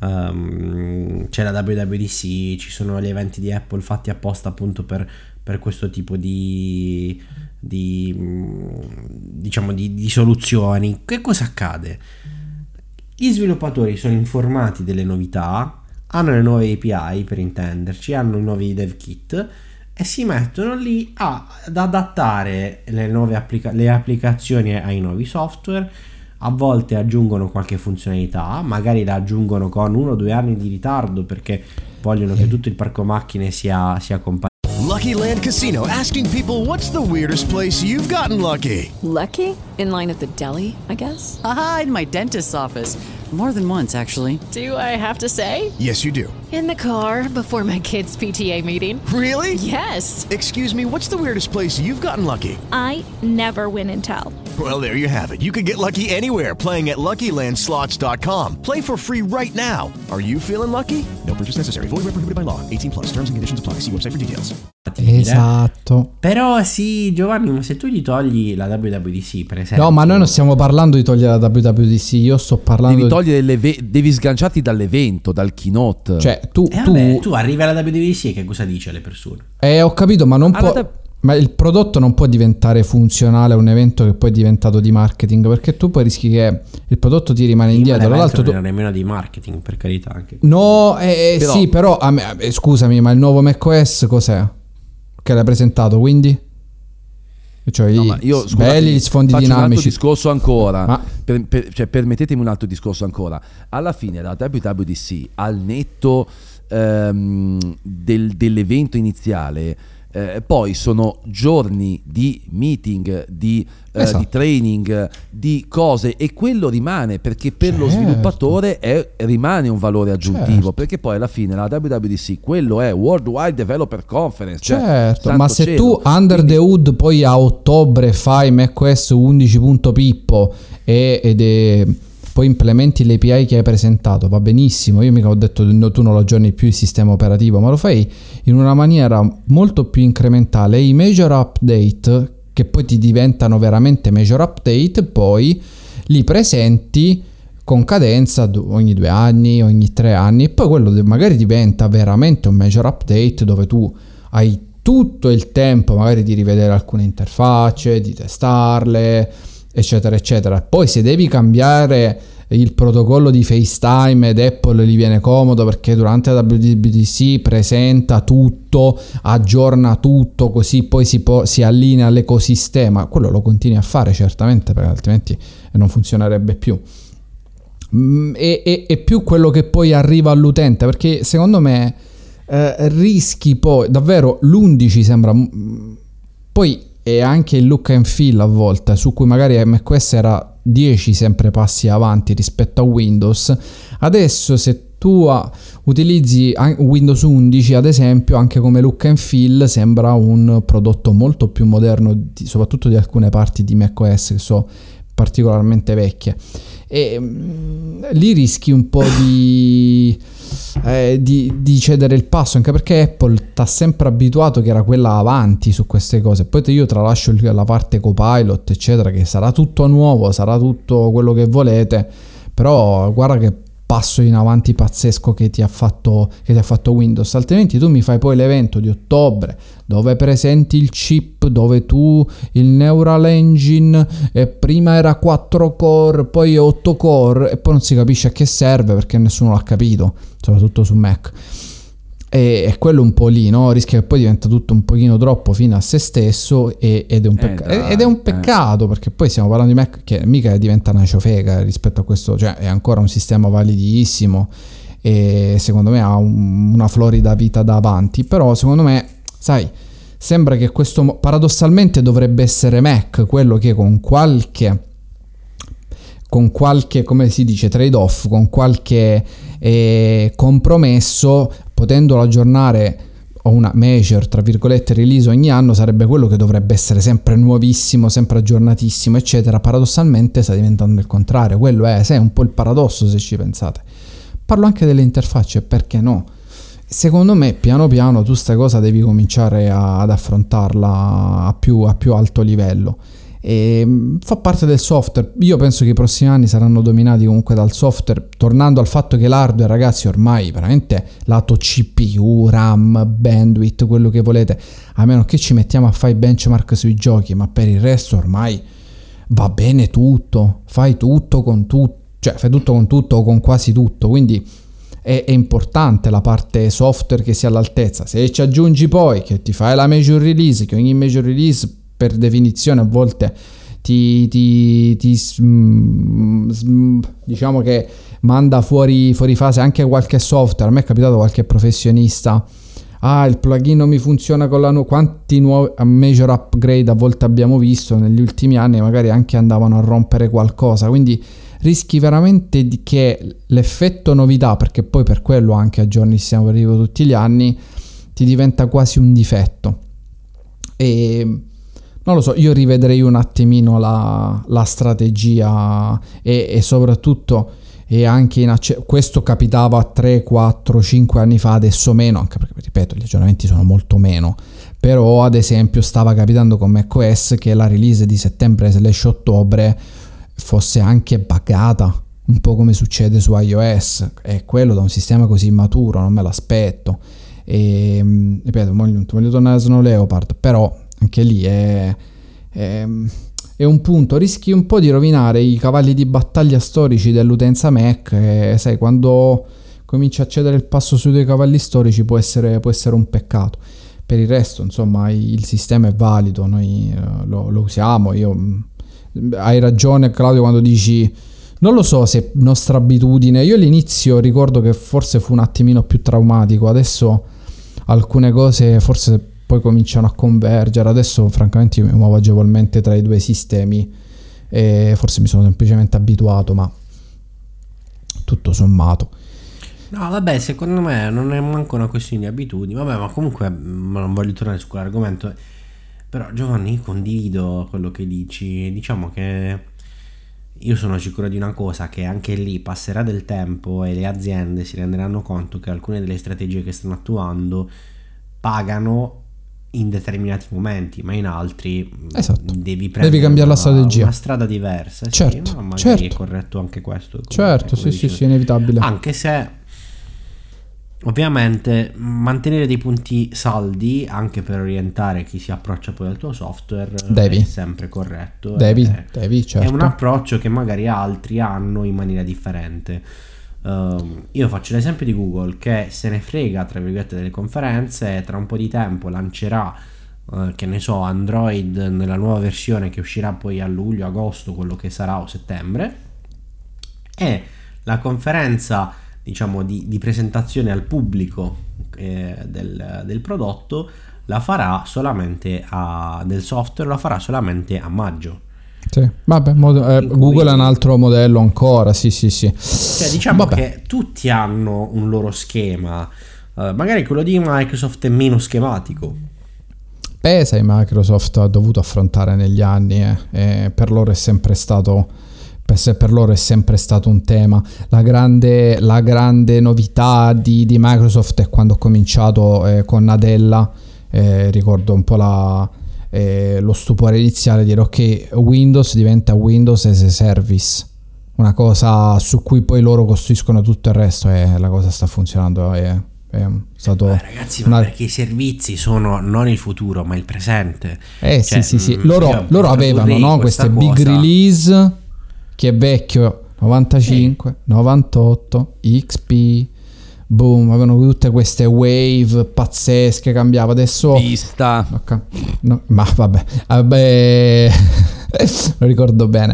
um, c'è la W W D C, ci sono gli eventi di Apple fatti apposta appunto per, per questo tipo di, di diciamo, di, di soluzioni, che cosa accade? Gli sviluppatori sono informati delle novità, hanno le nuove A P I per intenderci, hanno i nuovi dev kit e si mettono lì a, ad adattare le nuove applica- le applicazioni ai nuovi software. A volte aggiungono qualche funzionalità, magari la aggiungono con uno o due anni di ritardo perché vogliono che tutto il parco macchine sia, sia compatibile. Lucky Land Casino, asking people, what's the weirdest place you've gotten lucky? Lucky? In line at the deli, I guess? Aha, in my dentist's office. More than once, actually. Do I have to say? Yes, you do. In the car before my kids' P T A meeting. Really? Yes. Excuse me, what's the weirdest place you've gotten lucky? I never win and tell. Well, there you have it. You can get lucky anywhere, playing at Lucky Land Slots dot com. Play for free right now. Are you feeling lucky? No purchase necessary. Void where prohibited by law. eighteen plus. Terms and conditions apply. See website for details. Esatto. Però sì, Giovanni, ma se tu gli togli la W W D C, per esempio. No, ma noi non stiamo parlando di togliere la W W D C, io sto parlando Devi di... togliere l'eve- devi sganciarti dall'evento, dal keynote. Cioè, tu, eh, tu... vabbè, tu arrivi alla W W D C e che cosa dice alle persone? Eh, ho capito, ma non Alla può... da- Ma il prodotto non può diventare funzionale a un evento che poi è diventato di marketing, perché tu poi rischi che il prodotto ti rimane indietro. Tra l'altro, non tu... era nemmeno di marketing, per carità. Anche. No, eh, però... sì, però a me, eh, scusami, ma il nuovo macOS cos'è? Che l'hai presentato, quindi? Cioè, no, ma io, belli gli sfondi faccio dinamici. Un altro discorso ancora. Ma... Per, per, cioè, permettetemi un altro discorso ancora. Alla fine la W W D C, al netto ehm, del, dell'evento iniziale, Eh, poi sono giorni di meeting, di, eh, esatto. di training, di cose, e quello rimane, perché per certo. lo sviluppatore è, rimane un valore aggiuntivo, certo. Perché poi alla fine la W W D C, quello è Worldwide Developer Conference, certo, cioè, ma se cielo. tu under Quindi... the hood poi a ottobre fai macOS undici punto pippo e, ed è... poi implementi le A P I che hai presentato, va benissimo. Io mica ho detto no, tu non aggiorni più il sistema operativo, ma lo fai in una maniera molto più incrementale. I major update, che poi ti diventano veramente major update, poi li presenti con cadenza ogni due anni, ogni tre anni, e poi quello magari diventa veramente un major update dove tu hai tutto il tempo magari di rivedere alcune interfacce, di testarle, eccetera eccetera. Poi se devi cambiare il protocollo di FaceTime ed Apple gli viene comodo perché durante la W W D C presenta tutto, aggiorna tutto, così poi si, po- si allinea all'ecosistema, quello lo continui a fare certamente, perché altrimenti non funzionerebbe più. Mm, e, e, e più quello che poi arriva all'utente, perché secondo me eh, rischi poi davvero l'undici sembra m- poi e anche il look and feel a volte, su cui magari macOS era dieci sempre passi avanti rispetto a Windows. Adesso se tu utilizzi Windows undici ad esempio, anche come look and feel sembra un prodotto molto più moderno, di, soprattutto di alcune parti di macOS che sono particolarmente vecchie, e mh, lì rischi un po' di Eh, di, di cedere il passo, anche perché Apple t'ha sempre abituato che era quella avanti su queste cose. Poi io tralascio la parte Copilot eccetera, che sarà tutto nuovo, sarà tutto quello che volete, però guarda che passo in avanti pazzesco che ti ha fatto che ti ha fatto Windows. Altrimenti tu mi fai poi l'evento di ottobre dove presenti il chip, dove tu il Neural Engine eh, prima era quattro core, poi otto core, e poi non si capisce a che serve perché nessuno l'ha capito, soprattutto su Mac. E è quello un po' lì, no? Rischia che poi diventa tutto un pochino troppo fine a se stesso, e, ed, è un pecca- eh dai, ed è un peccato, eh. Perché poi stiamo parlando di Mac che mica diventa una ciofeca rispetto a questo, cioè è ancora un sistema validissimo e secondo me ha un, una florida vita davanti. Però secondo me, sai, sembra che questo paradossalmente dovrebbe essere Mac quello che con qualche con qualche, come si dice, trade-off, con qualche eh, compromesso, potendolo aggiornare o una major, tra virgolette, release ogni anno, sarebbe quello che dovrebbe essere sempre nuovissimo, sempre aggiornatissimo, eccetera. Paradossalmente sta diventando il contrario. Quello è, sai, un po' il paradosso se ci pensate. Parlo anche delle interfacce, perché no? secondo me piano piano tu sta cosa devi cominciare a, ad affrontarla a più, a più alto livello. E fa parte del software. Io penso che i prossimi anni saranno dominati comunque dal software, tornando al fatto che l'hardware, ragazzi, ormai veramente lato C P U, RAM, bandwidth, quello che volete, a meno che ci mettiamo a fare i benchmark sui giochi, ma per il resto ormai va bene tutto, fai tutto con tutto, cioè fai tutto con tutto o con quasi tutto, quindi è, è importante la parte software che sia all'altezza. Se ci aggiungi poi che ti fai la major release, che ogni major release per definizione a volte ti, ti, ti mm, diciamo che manda fuori, fuori fase anche qualche software. A me è capitato qualche professionista, ah il plugin non mi funziona con la nu-. Quanti nuovi major upgrade a volte abbiamo visto negli ultimi anni, magari anche andavano a rompere qualcosa, quindi rischi veramente di che l'effetto novità, perché poi per quello anche aggiorni il sistema operativo tutti gli anni, ti diventa quasi un difetto. E non lo so, io rivedrei un attimino la, la strategia e, e soprattutto e anche in acce- questo capitava tre, quattro, cinque anni fa, adesso meno, anche perché ripeto gli aggiornamenti sono molto meno, però ad esempio stava capitando con macOS che la release di settembre slash ottobre fosse anche buggata, un po' come succede su iOS, e quello da un sistema così maturo non me l'aspetto. E ripeto, voglio, voglio tornare a Snow Leopard, però anche lì è, è, è un punto, rischi un po' di rovinare i cavalli di battaglia storici dell'utenza Mac, e sai, quando cominci a cedere il passo sui tuoi cavalli storici può essere, può essere un peccato. Per il resto, insomma, il sistema è valido, noi lo, lo usiamo. Io, hai ragione Claudio quando dici, non lo so se è nostra abitudine, io all'inizio ricordo che forse fu un attimino più traumatico, adesso alcune cose forse poi cominciano a convergere. Adesso francamente io mi muovo agevolmente tra i due sistemi e forse mi sono semplicemente abituato, ma tutto sommato. No, vabbè, secondo me non è manco una questione di abitudini. Vabbè, ma comunque non voglio tornare su quell'argomento. Però Giovanni, io condivido quello che dici. Diciamo che io sono sicuro di una cosa, che anche lì passerà del tempo e le aziende si renderanno conto che alcune delle strategie che stanno attuando pagano in determinati momenti, ma in altri esatto. devi prendere devi cambiare una, la strategia, una strada diversa. Certo, sì, ma magari certo. è corretto anche questo. Certo, sì, sì, sì, è inevitabile. Anche se ovviamente mantenere dei punti saldi anche per orientare chi si approccia poi al tuo software devi. È sempre corretto. Devi, è, devi, certo. È un approccio che magari altri hanno in maniera differente. Uh, io faccio l'esempio di Google, che se ne frega tra virgolette delle conferenze, tra un po' di tempo lancerà uh, che ne so, Android nella nuova versione che uscirà poi a luglio, agosto, quello che sarà, o settembre, e la conferenza diciamo di, di presentazione al pubblico eh, del, del prodotto la farà solamente a, del software la farà solamente a maggio. Sì, vabbè, mod- eh, Google è un altro modello ancora, sì sì sì. Cioè diciamo vabbè. che tutti hanno un loro schema, uh, magari quello di Microsoft è meno schematico. Pesa, Microsoft ha dovuto affrontare negli anni, eh, e per loro è sempre stato per, per loro è sempre stato un tema. La grande, la grande novità di, di Microsoft è quando ho cominciato eh, con Nadella, eh, ricordo un po' la Eh, lo stupore iniziale, dire ok, Windows diventa Windows as a Service, una cosa su cui poi loro costruiscono tutto il resto, e la cosa sta funzionando. È, è stato eh, ragazzi, una... ma perché i servizi sono non il futuro ma il presente. Eh cioè, sì sì sì, mh, loro, loro avevano no, queste cosa. Big release, che è vecchio, novantacinque, sì. novantotto, X P, boom, avevano tutte queste wave pazzesche, cambiava. Adesso Vista okay. no, ma vabbè vabbè lo ricordo bene.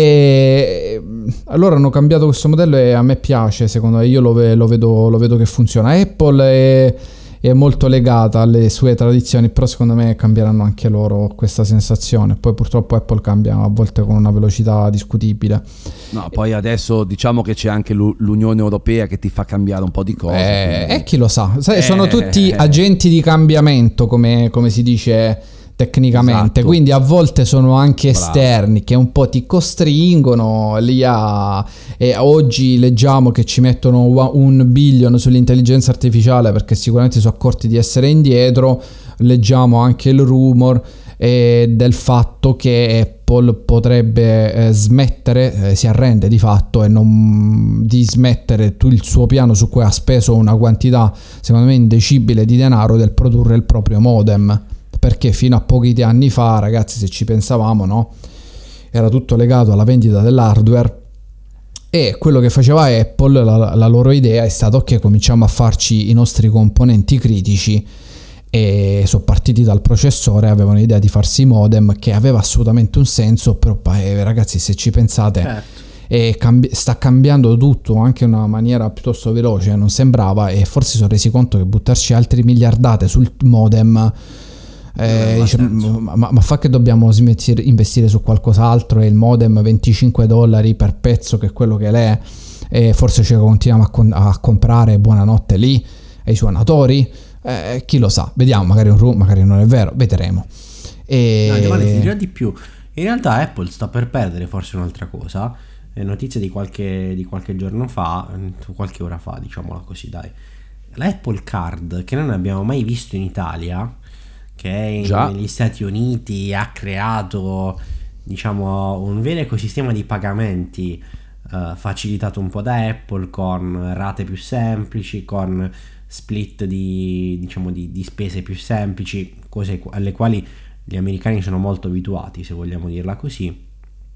E allora hanno cambiato questo modello e a me piace, secondo me, io lo, ve- lo vedo lo vedo che funziona. Apple è, è molto legata alle sue tradizioni, però secondo me cambieranno anche loro questa sensazione. Poi purtroppo Apple cambia a volte con una velocità discutibile. No, poi adesso diciamo che c'è anche l'Unione Europea che ti fa cambiare un po' di cose. Eh, e chi lo sa, Sai, eh, sono tutti eh. agenti di cambiamento, come, come si dice tecnicamente, esatto. Quindi a volte sono anche esterni. Bravo. Che un po' ti costringono lì a... E oggi leggiamo che ci mettono un billion sull'intelligenza artificiale perché sicuramente si sono accorti di essere indietro. Leggiamo anche il rumor eh, del fatto che Apple potrebbe eh, smettere, eh, si arrende di fatto e non di smettere tu il suo piano su cui ha speso una quantità secondo me indecibile di denaro del produrre il proprio modem, perché fino a pochi anni fa, ragazzi, se ci pensavamo, no, era tutto legato alla vendita dell'hardware e quello che faceva Apple, la, la loro idea è stata ok, cominciamo a farci i nostri componenti critici e sono partiti dal processore, avevano l'idea di farsi modem che aveva assolutamente un senso, però eh, ragazzi, se ci pensate certo. e cambi- sta cambiando tutto anche in una maniera piuttosto veloce, non sembrava, e forse si sono resi conto che buttarci altri miliardate sul modem eh, dice, ma, ma fa che dobbiamo investire, investire su qualcos'altro, e il modem venticinque dollari per pezzo che è quello che l'è, e forse ci continuiamo a, con- a comprare, buonanotte lì ai suonatori. Eh, chi lo sa, vediamo, magari un room, magari non è vero, vedremo. E... No, Giovanni, ti dirò di più. In realtà Apple sta per perdere forse un'altra cosa. È notizia di qualche, di qualche giorno fa, qualche ora fa, diciamola così, dai. La Apple Card, che non abbiamo mai visto in Italia, che in, negli Stati Uniti ha creato, diciamo, un vero ecosistema di pagamenti eh, facilitato un po' da Apple, con rate più semplici, con split di, diciamo, di, di spese più semplici, cose alle quali gli americani sono molto abituati, se vogliamo dirla così,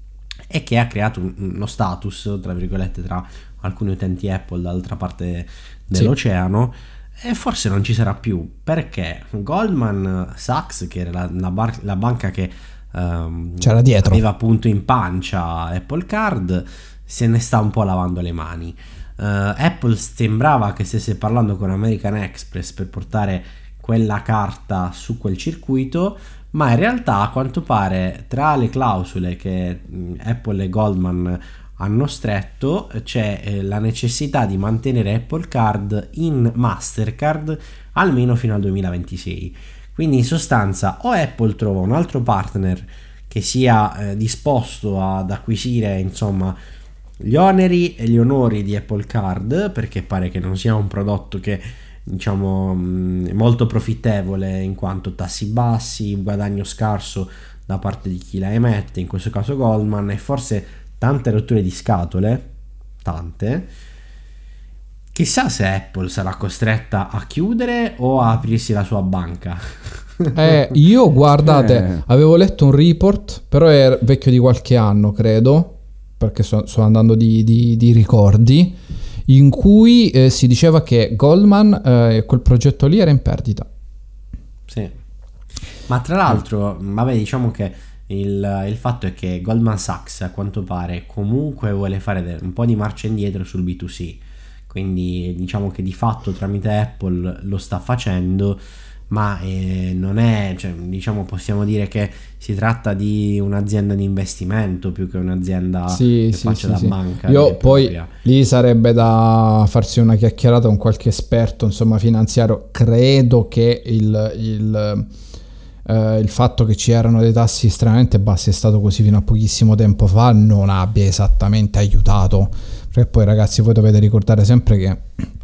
e che ha creato un, uno status, tra virgolette, tra alcuni utenti Apple dall'altra parte dell'oceano. Sì. E forse non ci sarà più, perché Goldman Sachs, che era la, la, bar, la banca che um, c'era dietro, aveva appunto in pancia Apple Card, se ne sta un po' lavando le mani. Uh, Apple sembrava che stesse parlando con American Express per portare quella carta su quel circuito, ma in realtà a quanto pare tra le clausole che mh, Apple e Goldman hanno stretto c'è eh, la necessità di mantenere Apple Card in Mastercard almeno fino al duemilaventisei. Quindi in sostanza o Apple trova un altro partner che sia eh, disposto ad acquisire, insomma, gli oneri e gli onori di Apple Card, perché pare che non sia un prodotto che, diciamo, è molto profittevole in quanto tassi bassi, guadagno scarso da parte di chi la emette, in questo caso Goldman, e forse tante rotture di scatole, tante. Chissà se Apple sarà costretta a chiudere o a aprirsi la sua banca. eh, io guardate, eh. avevo letto un report, però è vecchio di qualche anno, credo, perché sto, sto andando di, di, di ricordi, in cui eh, si diceva che Goldman, eh, quel progetto lì, era in perdita. Sì, ma tra l'altro, vabbè, diciamo che il, il fatto è che Goldman Sachs, a quanto pare, comunque vuole fare un po' di marcia indietro sul B due C, quindi diciamo che di fatto tramite Apple lo sta facendo, ma eh, non è, cioè, diciamo, possiamo dire che si tratta di un'azienda di investimento più che un'azienda sì, che sì, faccia sì, da sì. banca. Io poi propria. Lì sarebbe da farsi una chiacchierata con qualche esperto, insomma, finanziario. Credo che il, il, eh, il fatto che ci erano dei tassi estremamente bassi, è stato così fino a pochissimo tempo fa, non abbia esattamente aiutato, perché poi, ragazzi, voi dovete ricordare sempre che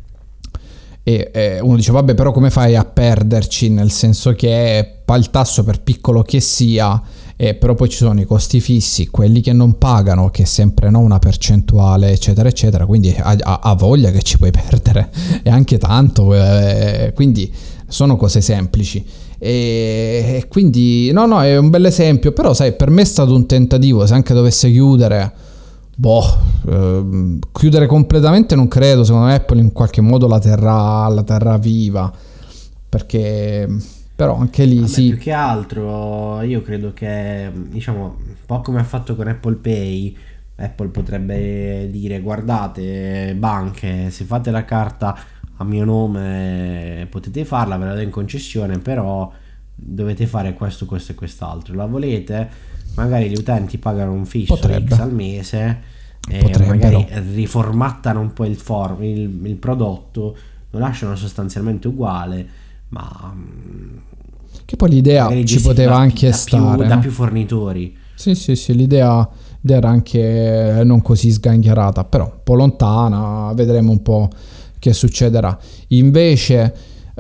e eh, uno dice vabbè, però come fai a perderci, nel senso che il tasso, per piccolo che sia, eh, però poi ci sono i costi fissi, quelli che non pagano, che è sempre, no, una percentuale, eccetera eccetera, quindi ha, ha, ha voglia che ci puoi perdere, e anche tanto, eh, quindi sono cose semplici. E, e quindi no no è un bel esempio, però sai, per me è stato un tentativo. Se anche dovesse chiudere, boh, eh, chiudere completamente non credo. Secondo me Apple in qualche modo la terrà, la terrà viva, perché però anche lì, vabbè, sì, più che altro io credo che, diciamo, un po' come ha fatto con Apple Pay, Apple potrebbe dire: guardate banche, se fate la carta a mio nome potete farla, ve la do in concessione, però dovete fare questo, questo e quest'altro. La volete? Magari gli utenti pagano un fisso X al mese e magari riformattano un po' il, form, il, il prodotto, lo lasciano sostanzialmente uguale, ma che poi l'idea Magari ci poteva anche da stare, più, da no? più fornitori. Sì, sì, sì, l'idea era anche non così sgangherata, però un po' lontana, vedremo un po' che succederà. Invece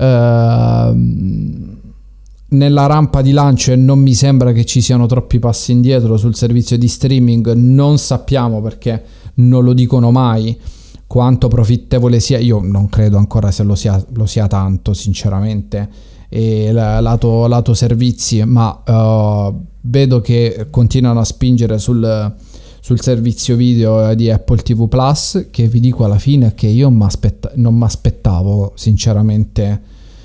ehm, nella rampa di lancio, e non mi sembra che ci siano troppi passi indietro sul servizio di streaming, non sappiamo perché non lo dicono mai quanto profittevole sia. Io non credo ancora se lo sia, lo sia tanto sinceramente, e lato, lato servizi, ma uh, vedo che continuano a spingere sul, sul servizio video di Apple ti vu Plus, che vi dico alla fine che io non mi aspettavo sinceramente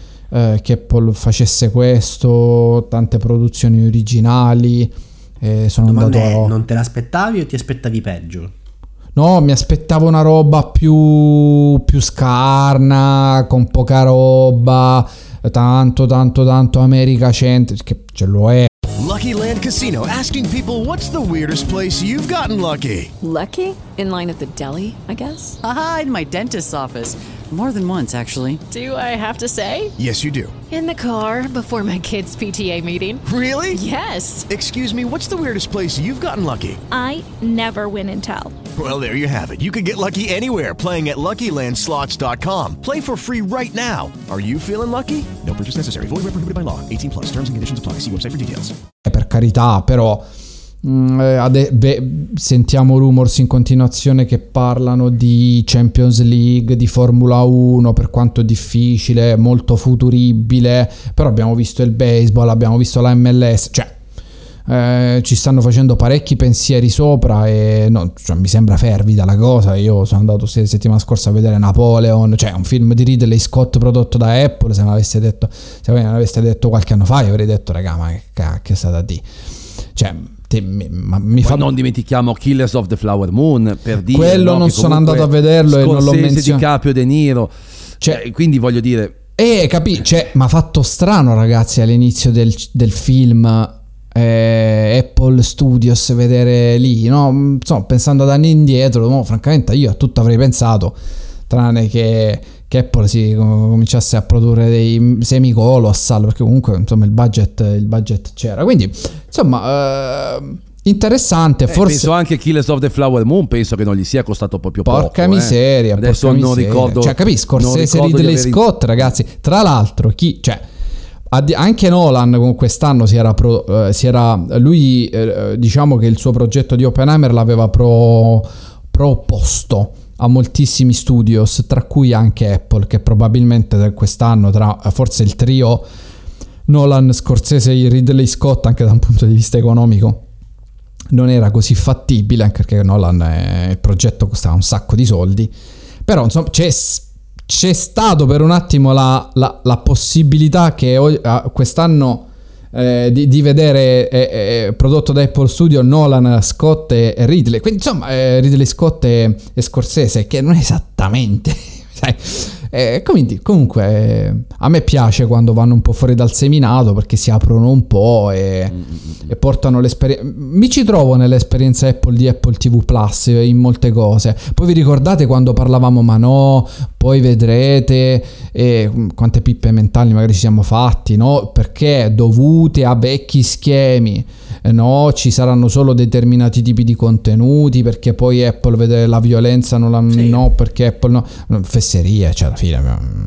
eh, che Apple facesse questo, tante produzioni originali. Eh, sono Ma andato non, è, non te l'aspettavi o ti aspettavi peggio? No, mi aspettavo una roba più, più scarna, con poca roba, tanto tanto tanto America centric, che ce lo è. Lucky Land Casino, asking people, what's the weirdest place you've gotten lucky? Lucky? In line at the deli, I guess? Aha, in my dentist's office. More than once, actually. Do I have to say? Yes, you do. In the car before my kids' P T A meeting. Really? Yes. Excuse me, what's the weirdest place you've gotten lucky? I never win and tell. Well, there you have it. You can get lucky anywhere, playing at Lucky Land Slots dot com. Play for free right now. Are you feeling lucky? No purchase necessary. Void where prohibited by law. eighteen plus. Terms and conditions apply. See website for details. Per carità, però mh, ade- beh, sentiamo rumors in continuazione che parlano di Champions League, di Formula uno, per quanto difficile, molto futuribile, però abbiamo visto il baseball, abbiamo visto la M L S, cioè eh, ci stanno facendo parecchi pensieri sopra, e no, cioè, mi sembra fervida la cosa. Io sono andato se, settimana scorsa a vedere Napoleon, cioè un film di Ridley Scott prodotto da Apple. Se me l'aveste detto, se me l'aveste detto qualche anno fa, io avrei detto raga, ma che cacchio è stata di, cioè te, mi, ma, mi fa... non dimentichiamo Killers of the Flower Moon, per dire, quello no, non sono andato a vederlo e non l'ho menzionato. Di Caprio, De Niro, cioè, quindi voglio dire, eh capi, cioè mi ha fatto strano ragazzi all'inizio del, del film eh, Apple Studios, vedere lì, no? Insomma, pensando ad anni indietro, no, francamente io a tutto avrei pensato, tranne che, che Apple si cominciasse a produrre dei semicolossal, perché comunque insomma il budget, il budget c'era, quindi insomma eh, interessante. eh, forse penso anche Killers of the Flower Moon, penso che non gli sia costato proprio porca poco, miseria, eh. Adesso porca non miseria. ricordo, cioè capisco, Scorsese, Ridley Scott, ragazzi, tra l'altro chi, cioè anche Nolan con quest'anno si era, pro, eh, si era lui eh, diciamo che il suo progetto di Oppenheimer l'aveva pro, proposto a moltissimi studios, tra cui anche Apple, che probabilmente quest'anno, tra forse il trio Nolan, Scorsese e Ridley Scott, anche da un punto di vista economico non era così fattibile, anche perché Nolan eh, il progetto costava un sacco di soldi, però insomma c'è C'è stato per un attimo la, la, la possibilità che ho, quest'anno eh, di, di vedere eh, eh, prodotto da Apple Studio Nolan, Scott e, e Ridley, quindi insomma eh, Ridley Scott e, e Scorsese, che non è esattamente sai, eh, quindi, comunque eh, a me piace quando vanno un po' fuori dal seminato, perché si aprono un po' e, e portano l'esperienza. Mi ci trovo nell'esperienza Apple di Apple ti vu Plus in molte cose. Poi vi ricordate quando parlavamo ma no, poi vedrete, e quante pippe mentali magari ci siamo fatti, no? Perché dovute a vecchi schemi, no, ci saranno solo determinati tipi di contenuti, perché poi Apple vede la violenza, non la, sì. no, perché Apple no, fesserie, cioè alla fine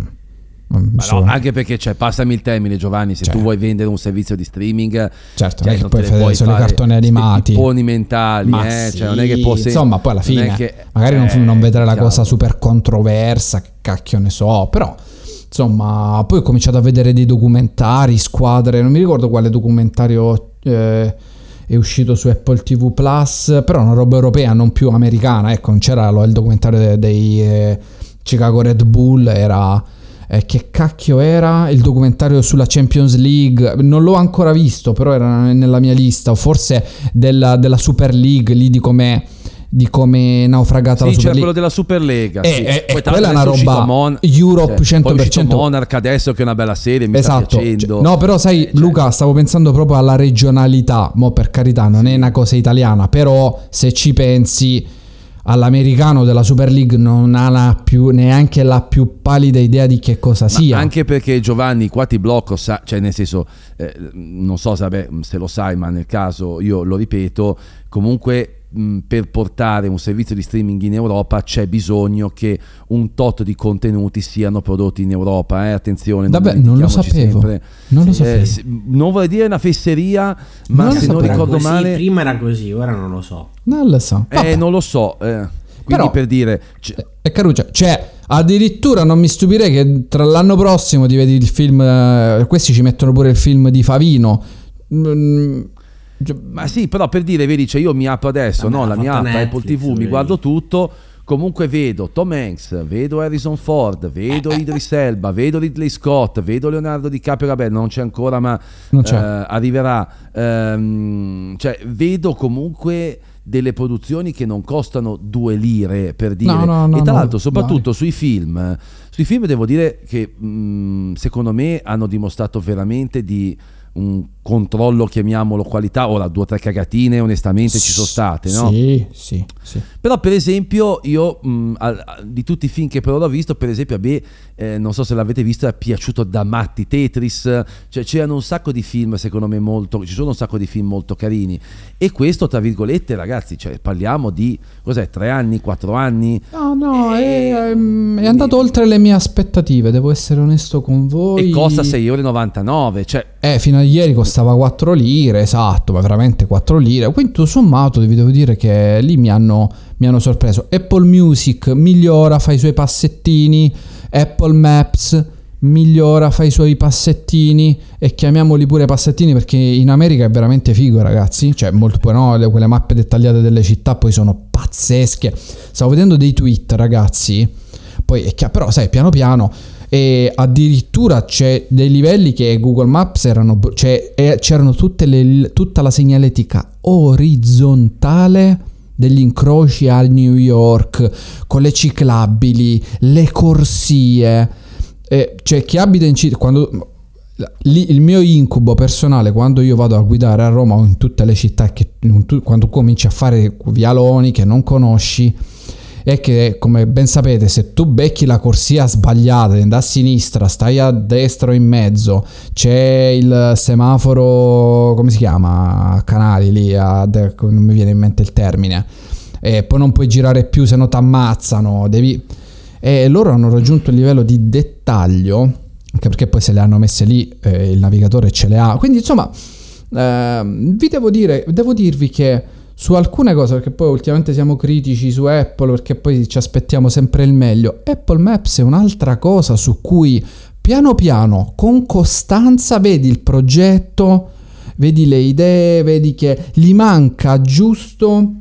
ma no, anche perché cioè, passami il termine Giovanni, se cioè. tu vuoi vendere un servizio di streaming, certo, cioè, non è che poi fai solo i cartoni animati, poni mentali, eh, sì. cioè, non è che può insomma poi alla fine che, magari cioè, non, non vedrai la diciamo. cosa super controversa, che cacchio ne so, però insomma poi ho cominciato a vedere dei documentari, squadre, non mi ricordo quale documentario eh, è uscito su Apple ti vu Plus, però una roba europea, non più americana, ecco, non c'era il documentario dei, dei eh, Chicago Red Bull, era eh, che cacchio era il documentario sulla Champions League, non l'ho ancora visto, però era nella mia lista, o forse della, della Super League, lì di com'è, di come naufragata sì, la Super c'era League. quello della Superlega, e, sì. e, Poi, e quella è una roba Mon- Europe cioè, cento per cento. Poi Monarch adesso che è una bella serie, mi esatto. sta piacendo. Cioè, no, però sai, eh, Luca, cioè. stavo pensando proprio alla regionalità, mo per carità non è una cosa italiana, però se ci pensi all'americano della Super League non ha la più, neanche la più pallida idea di che cosa Ma sia. Anche perché Giovanni qua ti blocco, sa, cioè nel senso eh, non so se, vabbè, se lo sai, ma nel caso io lo ripeto, comunque mh, per portare un servizio di streaming in Europa c'è bisogno che un tot di contenuti siano prodotti in Europa, eh? Attenzione, non, Vabbè, non lo sapevo, sempre. non lo sapevo. Eh, se, non vorrei dire una fesseria, ma non se non ricordo così, male prima era così, ora non lo so. Non lo so. Eh, non lo so, eh. Quindi Però, per dire è caruccia, cioè addirittura non mi stupirei che tra l'anno prossimo ti vedi il film, eh, questi ci mettono pure il film di Favino. Mm, ma sì, però per dire, vedi, cioè io mi apro adesso, Vabbè, no, la mia app Netflix, Apple ti vu, mi vedi. guardo tutto, comunque vedo Tom Hanks, vedo Harrison Ford, vedo Idris Elba, vedo Ridley Scott, vedo Leonardo DiCaprio, vabbè non c'è ancora ma Non c'è. eh, arriverà, ehm, cioè vedo comunque delle produzioni che non costano due lire, per dire. No, no, no, e tra no, l'altro soprattutto vale. sui film sui film devo dire che mh, secondo me hanno dimostrato veramente di un controllo, chiamiamolo qualità. Ora due o tre cagatine onestamente ci sono state, no? Sì, sì, sì. Però per esempio io mh, a, a, di tutti i film che però ho visto, per esempio a me eh, non so se l'avete visto, è piaciuto da matti Tetris, cioè c'erano un sacco di film secondo me molto, ci sono un sacco di film molto carini, e questo tra virgolette ragazzi, cioè parliamo di cos'è, tre anni, quattro anni. No, no, è, è andato oltre le mie aspettative, devo essere onesto con voi. E costa sei virgola novantanove, cioè Eh, fino a ieri costava quattro lire, esatto, ma veramente quattro lire. Quindi tutto sommato vi devo dire che lì mi hanno, mi hanno sorpreso. Apple Music migliora, fa i suoi passettini. Apple Maps migliora, fa i suoi passettini. E chiamiamoli pure passettini perché in America è veramente figo, ragazzi. Cioè, molto poi no, le- quelle mappe dettagliate delle città poi sono pazzesche. Stavo vedendo dei tweet, ragazzi. Poi è chiaro, però sai, piano piano. E addirittura c'è dei livelli che Google Maps erano, cioè eh, c'erano tutte le, tutta la segnaletica orizzontale degli incroci a New York con le ciclabili, le corsie, eh, cioè chi abita in città, quando lì, il mio incubo personale quando io vado a guidare a Roma o in tutte le città che quando cominci a fare vialoni che non conosci, è che, come ben sapete, se tu becchi la corsia sbagliata, da a sinistra, stai a destra o in mezzo, c'è il semaforo, come si chiama, a Canali lì, a, non mi viene in mente il termine, e poi non puoi girare più se no ti ammazzano, devi... E loro hanno raggiunto il livello di dettaglio, anche perché poi se le hanno messe lì eh, il navigatore ce le ha, quindi insomma eh, vi devo dire, devo dirvi che su alcune cose, perché poi ultimamente siamo critici su Apple perché poi ci aspettiamo sempre il meglio, Apple Maps è un'altra cosa su cui piano piano, con costanza, vedi il progetto, vedi le idee, vedi che gli manca giusto,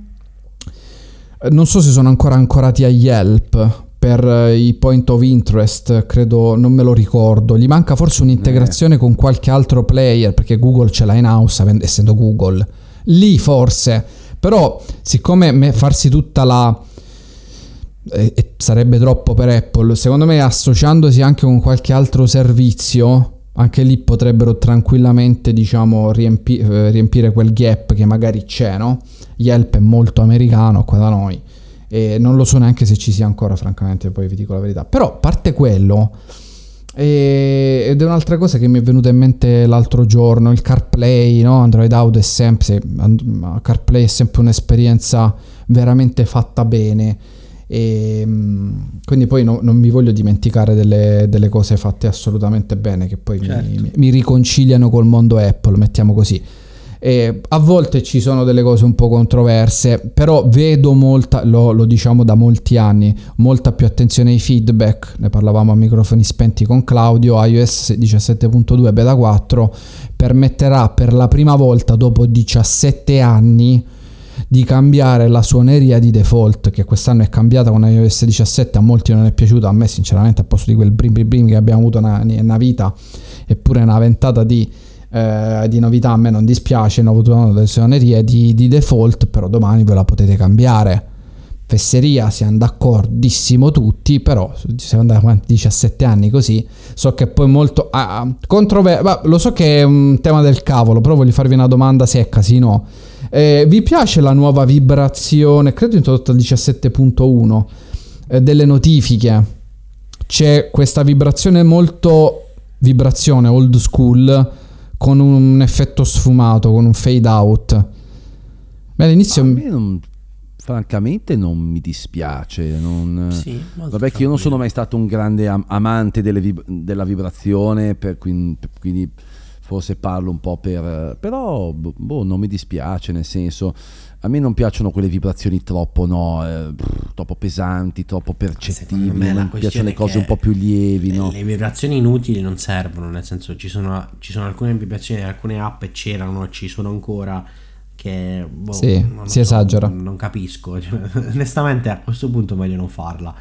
non so se sono ancora ancorati a Yelp per i point of interest, credo, non me lo ricordo, gli manca forse un'integrazione eh. con qualche altro player perché Google ce l'ha in house essendo Google, lì forse. Però siccome me farsi tutta la eh, eh, sarebbe troppo per Apple, secondo me associandosi anche con qualche altro servizio, anche lì potrebbero tranquillamente, diciamo, riempi- eh, riempire quel gap che magari c'è, no? Yelp è molto americano qua da noi e non lo so neanche se ci sia ancora, francamente, poi vi dico la verità. Però a parte quello, e, ed è un'altra cosa che mi è venuta in mente l'altro giorno, il CarPlay, no? Android Auto è sempre, CarPlay è sempre un'esperienza veramente fatta bene, e quindi poi no, non mi voglio dimenticare delle, delle cose fatte assolutamente bene che poi certo. mi, mi riconciliano col mondo Apple, mettiamo così. E a volte ci sono delle cose un po' controverse, però vedo molta, lo, lo diciamo da molti anni, molta più attenzione ai feedback. Ne parlavamo a microfoni spenti con Claudio. iOS diciassette punto due beta quattro permetterà per la prima volta dopo diciassette anni di cambiare la suoneria di default, che quest'anno è cambiata con iOS diciassette. A molti non è piaciuto, a me sinceramente, a posto di quel brim brim brim che abbiamo avuto una, una vita, eppure una ventata di Eh, di novità a me non dispiace. Hanno avuto delle suonerie di, di default, però domani ve la potete cambiare. Fesseria, siamo d'accordissimo tutti, però siamo andati avanti diciassette anni così. So che poi molto ah, controver- lo so che è un tema del cavolo, però voglio farvi una domanda secca, sì no. Eh, vi piace la nuova vibrazione, credo introdotta al diciassette punto uno, eh, delle notifiche? C'è questa vibrazione molto vibrazione old school con un effetto sfumato, con un fade out. Beh, all'inizio a me non, francamente non mi dispiace, non, sì, vabbè che io non sono mai stato un grande am- amante delle vib- della vibrazione, per quindi, quindi forse parlo un po' per, però boh, non mi dispiace, nel senso, a me non piacciono quelle vibrazioni troppo no eh, troppo pesanti, troppo percettibili, mi piacciono le cose un po' più lievi, le, no? le vibrazioni inutili non servono, nel senso ci sono, ci sono alcune vibrazioni, alcune app c'erano, ci sono ancora, che boh, sì, non si so, esagera, non, non capisco, cioè, onestamente a questo punto meglio non farla.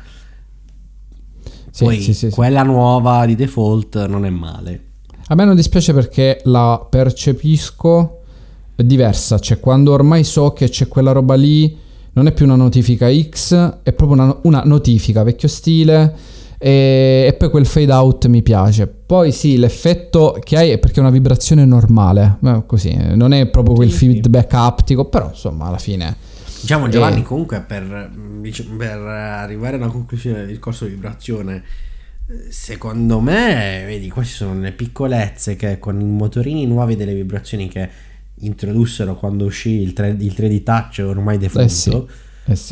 Sì, poi sì, sì, quella sì. nuova di default non è male. A me non dispiace perché la percepisco diversa, cioè quando ormai so che c'è quella roba lì, non è più una notifica X, è proprio una, una notifica vecchio stile, e, e poi quel fade out mi piace. Poi sì, l'effetto che hai è perché è una vibrazione normale, eh, così, non è proprio quel sì, feedback sì. aptico, però insomma alla fine diciamo Giovanni eh, comunque per, per arrivare a una conclusione del discorso di vibrazione, secondo me vedi, queste sono le piccolezze che con i motorini nuovi delle vibrazioni che introdussero quando uscì il, tre, il tre D Touch ormai defunto, eh sì, eh sì.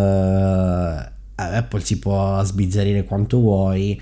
Uh, Apple si può sbizzarrire quanto vuoi,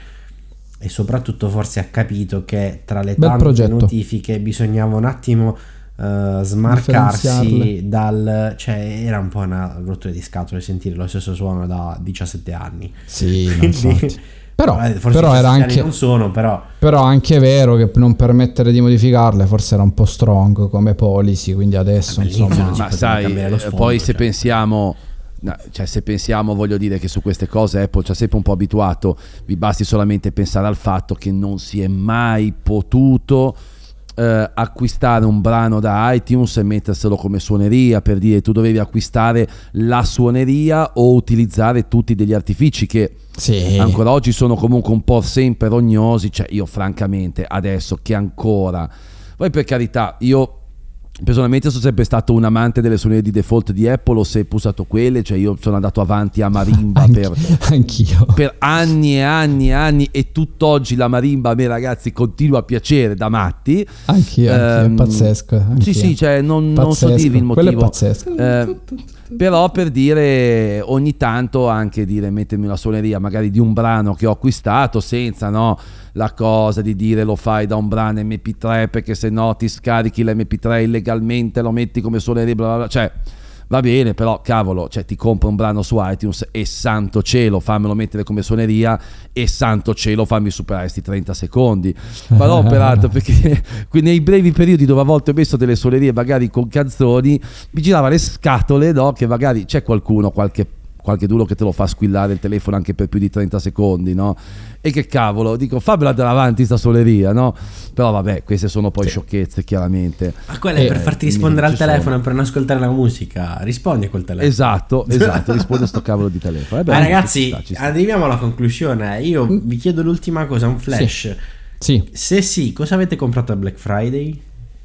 e soprattutto forse ha capito che tra le Bel tante progetto. notifiche bisognava un attimo uh, smarcarsi dal, cioè era un po' una rottura di scatole sentire lo stesso suono da diciassette anni. Sì, Quindi, infatti. Però, forse però era anche non sono, però però anche vero che non permettere di modificarle forse era un po' strong come policy, quindi adesso eh, insomma, ma sai, sfondo, poi se cioè. pensiamo no, cioè se pensiamo voglio dire che su queste cose Apple ci ha sempre un po' abituato, vi basti solamente pensare al fatto che non si è mai potuto eh, acquistare un brano da iTunes e metterselo come suoneria, per dire tu dovevi acquistare la suoneria o utilizzare tutti degli artifici che sì. ancora oggi sono comunque un po' sempre rognosi, cioè io francamente adesso che ancora, poi per carità io personalmente sono sempre stato un amante delle suonerie di default di Apple, ho sempre usato quelle, cioè io sono andato avanti a marimba Anch- per, anch'io. per anni e anni e anni, e tutt'oggi la marimba a me ragazzi continua a piacere da matti. Anch'io, anch'io Ehm, è pazzesco. Anch'io. Sì sì, cioè non, non so dirvi il motivo. Quello è pazzesco. Eh, però per dire ogni tanto anche dire mettermi una suoneria magari di un brano che ho acquistato senza no la cosa di dire lo fai da un brano emme pi tre perché se no ti scarichi l'emme pi tre illegalmente, lo metti come suoneria bla bla bla, cioè va bene, però cavolo, cioè ti compro un brano su iTunes e santo cielo fammelo mettere come suoneria e santo cielo fammi superare sti trenta secondi, però peraltro perché nei brevi periodi dove a volte ho messo delle suonerie magari con canzoni mi girava le scatole, no, che magari c'è qualcuno, qualche qualche duro che te lo fa squillare il telefono anche per più di trenta secondi, no? E che cavolo, dico fammela davanti sta suoneria, no? Però vabbè, queste sono poi sì. sciocchezze chiaramente. Ma quella è per eh, farti rispondere al telefono sono. Per non ascoltare la musica, rispondi a quel telefono. Esatto, esatto, risponde a sto cavolo di telefono. Eh beh, ah, ragazzi, ci sta, ci sta. Arriviamo alla conclusione. Io vi chiedo l'ultima cosa, un flash. Sì. sì. Se sì, cosa avete comprato a Black Friday?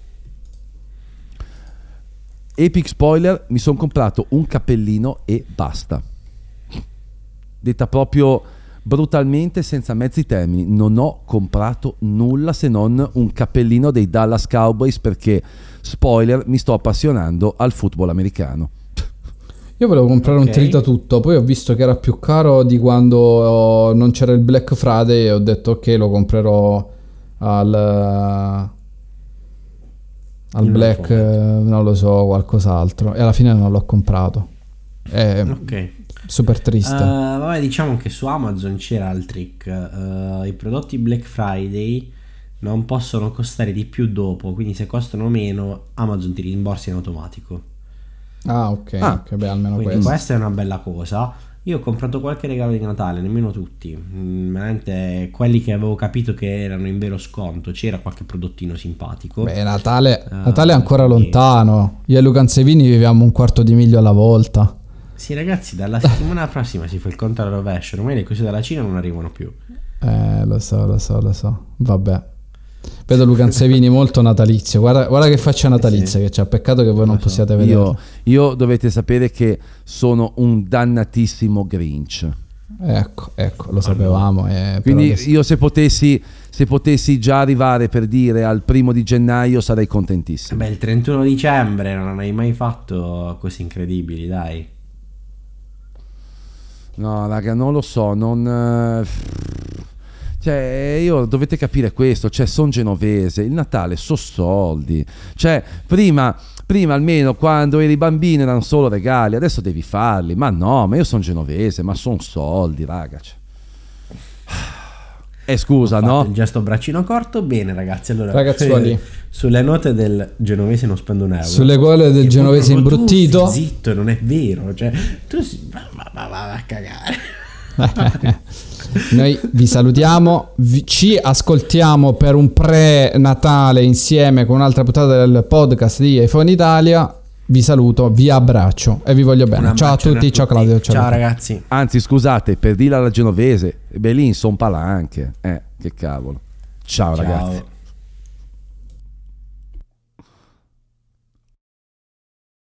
Epic spoiler, mi sono comprato un cappellino e basta. Detta proprio brutalmente, senza mezzi termini, non ho comprato nulla se non un cappellino dei Dallas Cowboys perché, spoiler, mi sto appassionando al football americano. Io volevo comprare okay. un tritatutto, poi ho visto che era più caro di quando non c'era il Black Friday e ho detto ok, lo comprerò al al non Black non, non lo so, qualcos'altro, e alla fine non l'ho comprato. È ok. Super triste. Uh, vabbè, diciamo che su Amazon c'era il trick. Uh, I prodotti Black Friday non possono costare di più dopo, quindi se costano meno Amazon ti rimborsa in automatico. Ah, ok, ah, ok, beh, almeno quindi questo. Questa è una bella cosa. Io ho comprato qualche regalo di Natale, nemmeno tutti. Mm, veramente quelli che avevo capito che erano in vero sconto. C'era qualche prodottino simpatico. Beh, Natale, uh, Natale è ancora lontano. Io e Luca Ansevini viviamo un quarto di miglio alla volta. Sì ragazzi, dalla settimana prossima si fa il conto alla rovescio. Ormai le cose dalla Cina non arrivano più. Eh, lo so, lo so, lo so. Vabbè. Vedo Luca Savini molto natalizio. Guarda, guarda che faccia natalizia, sì, che c'è. Peccato che voi non possiate vedere. Io, io dovete sapere che sono un dannatissimo Grinch. Ecco, ecco, lo sapevamo. Eh, Quindi adesso... io se potessi, se potessi già arrivare, per dire, al primo di gennaio sarei contentissimo. Beh, il trentuno dicembre non hai mai fatto cose incredibili, dai. No, raga, non lo so, non... Cioè, io dovete capire questo, cioè, son genovese, il Natale so soldi. Cioè, prima, prima almeno quando eri bambino erano solo regali, adesso devi farli. Ma no, ma io sono genovese, ma son soldi, raga. Cioè. Eh, scusa, Ho fatto no? Il gesto braccino corto, bene ragazzi. Allora, ragazzuoli, sulle note del genovese non spendo un euro. Sulle gole del genovese imbruttito. Tu, zitto, non è vero. Cioè, tu si... va, va, va, va a cagare. Noi vi salutiamo, vi, ci ascoltiamo per un pre-Natale insieme con un'altra puntata del podcast di iPhone Italia. Vi saluto, vi abbraccio e vi voglio bene. Ciao a tutti, ciao Claudio. Ciao, ciao ragazzi. Anzi, scusate, per dirla alla genovese, Belin son palanche. Eh, che cavolo. Ciao, ciao. ragazzi.